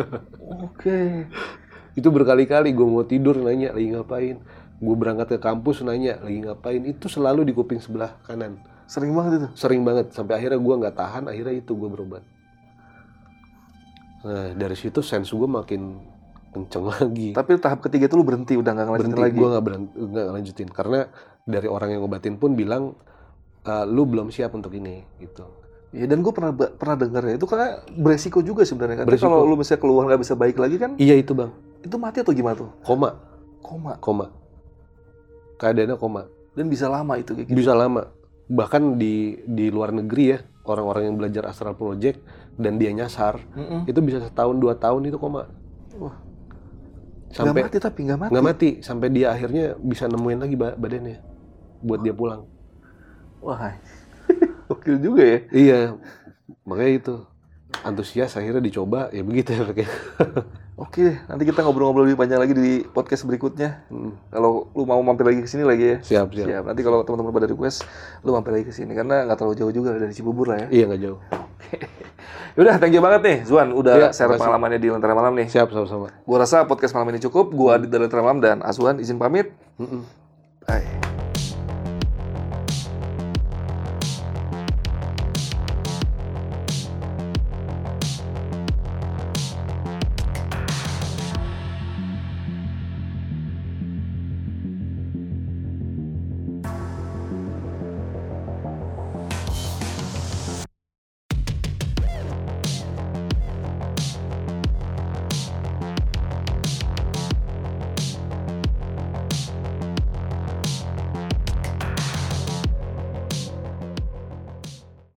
Itu berkali-kali gue mau tidur nanya lagi ngapain. Gue berangkat ke kampus nanya lagi ngapain. Itu selalu di kuping sebelah kanan. Sering banget itu? Sering banget, sampai akhirnya gue gak tahan, akhirnya itu gue berobat. Nah dari situ sense gue makin kenceng lagi. Tapi tahap ketiga itu lu berhenti, udah nggak ngelanjutin lagi? Gue nggak lanjutin karena dari orang yang ngobatin pun bilang lu belum siap untuk ini gitu. Ya, dan gue pernah dengar ya, itu karena beresiko juga sebenarnya kan. Kalau lu misalnya keluar nggak bisa baik lagi kan? Iya itu bang. Itu mati atau gimana tuh? Koma. Keadaannya koma. Dan bisa lama itu kayak gitu? Bisa lama. Bahkan di luar negeri ya, orang-orang yang belajar Astral Project dan dia nyasar, itu bisa 1-2 tahun itu koma. Wah. Sampai Nggak mati. Sampai dia akhirnya bisa nemuin lagi badannya buat dia pulang. Wah. Gokil juga ya. Iya. Makanya itu antusias akhirnya dicoba ya begitu ya. Oke, nanti kita ngobrol-ngobrol lebih panjang lagi di podcast berikutnya. Kalau lu mau mampir lagi ke sini lagi ya. Siap. Nanti kalau teman-teman pada request, lu mampir lagi ke sini karena nggak terlalu jauh juga dari Cibubur lah ya. Iya, nggak jauh. Yaudah, thank you banget nih Zuan udah share pengalamannya di Lentera Malam nih. Siap, sama-sama. Gua rasa podcast malam ini cukup. Gua Adit dari Lentera Malam dan Azwan izin pamit. Bye.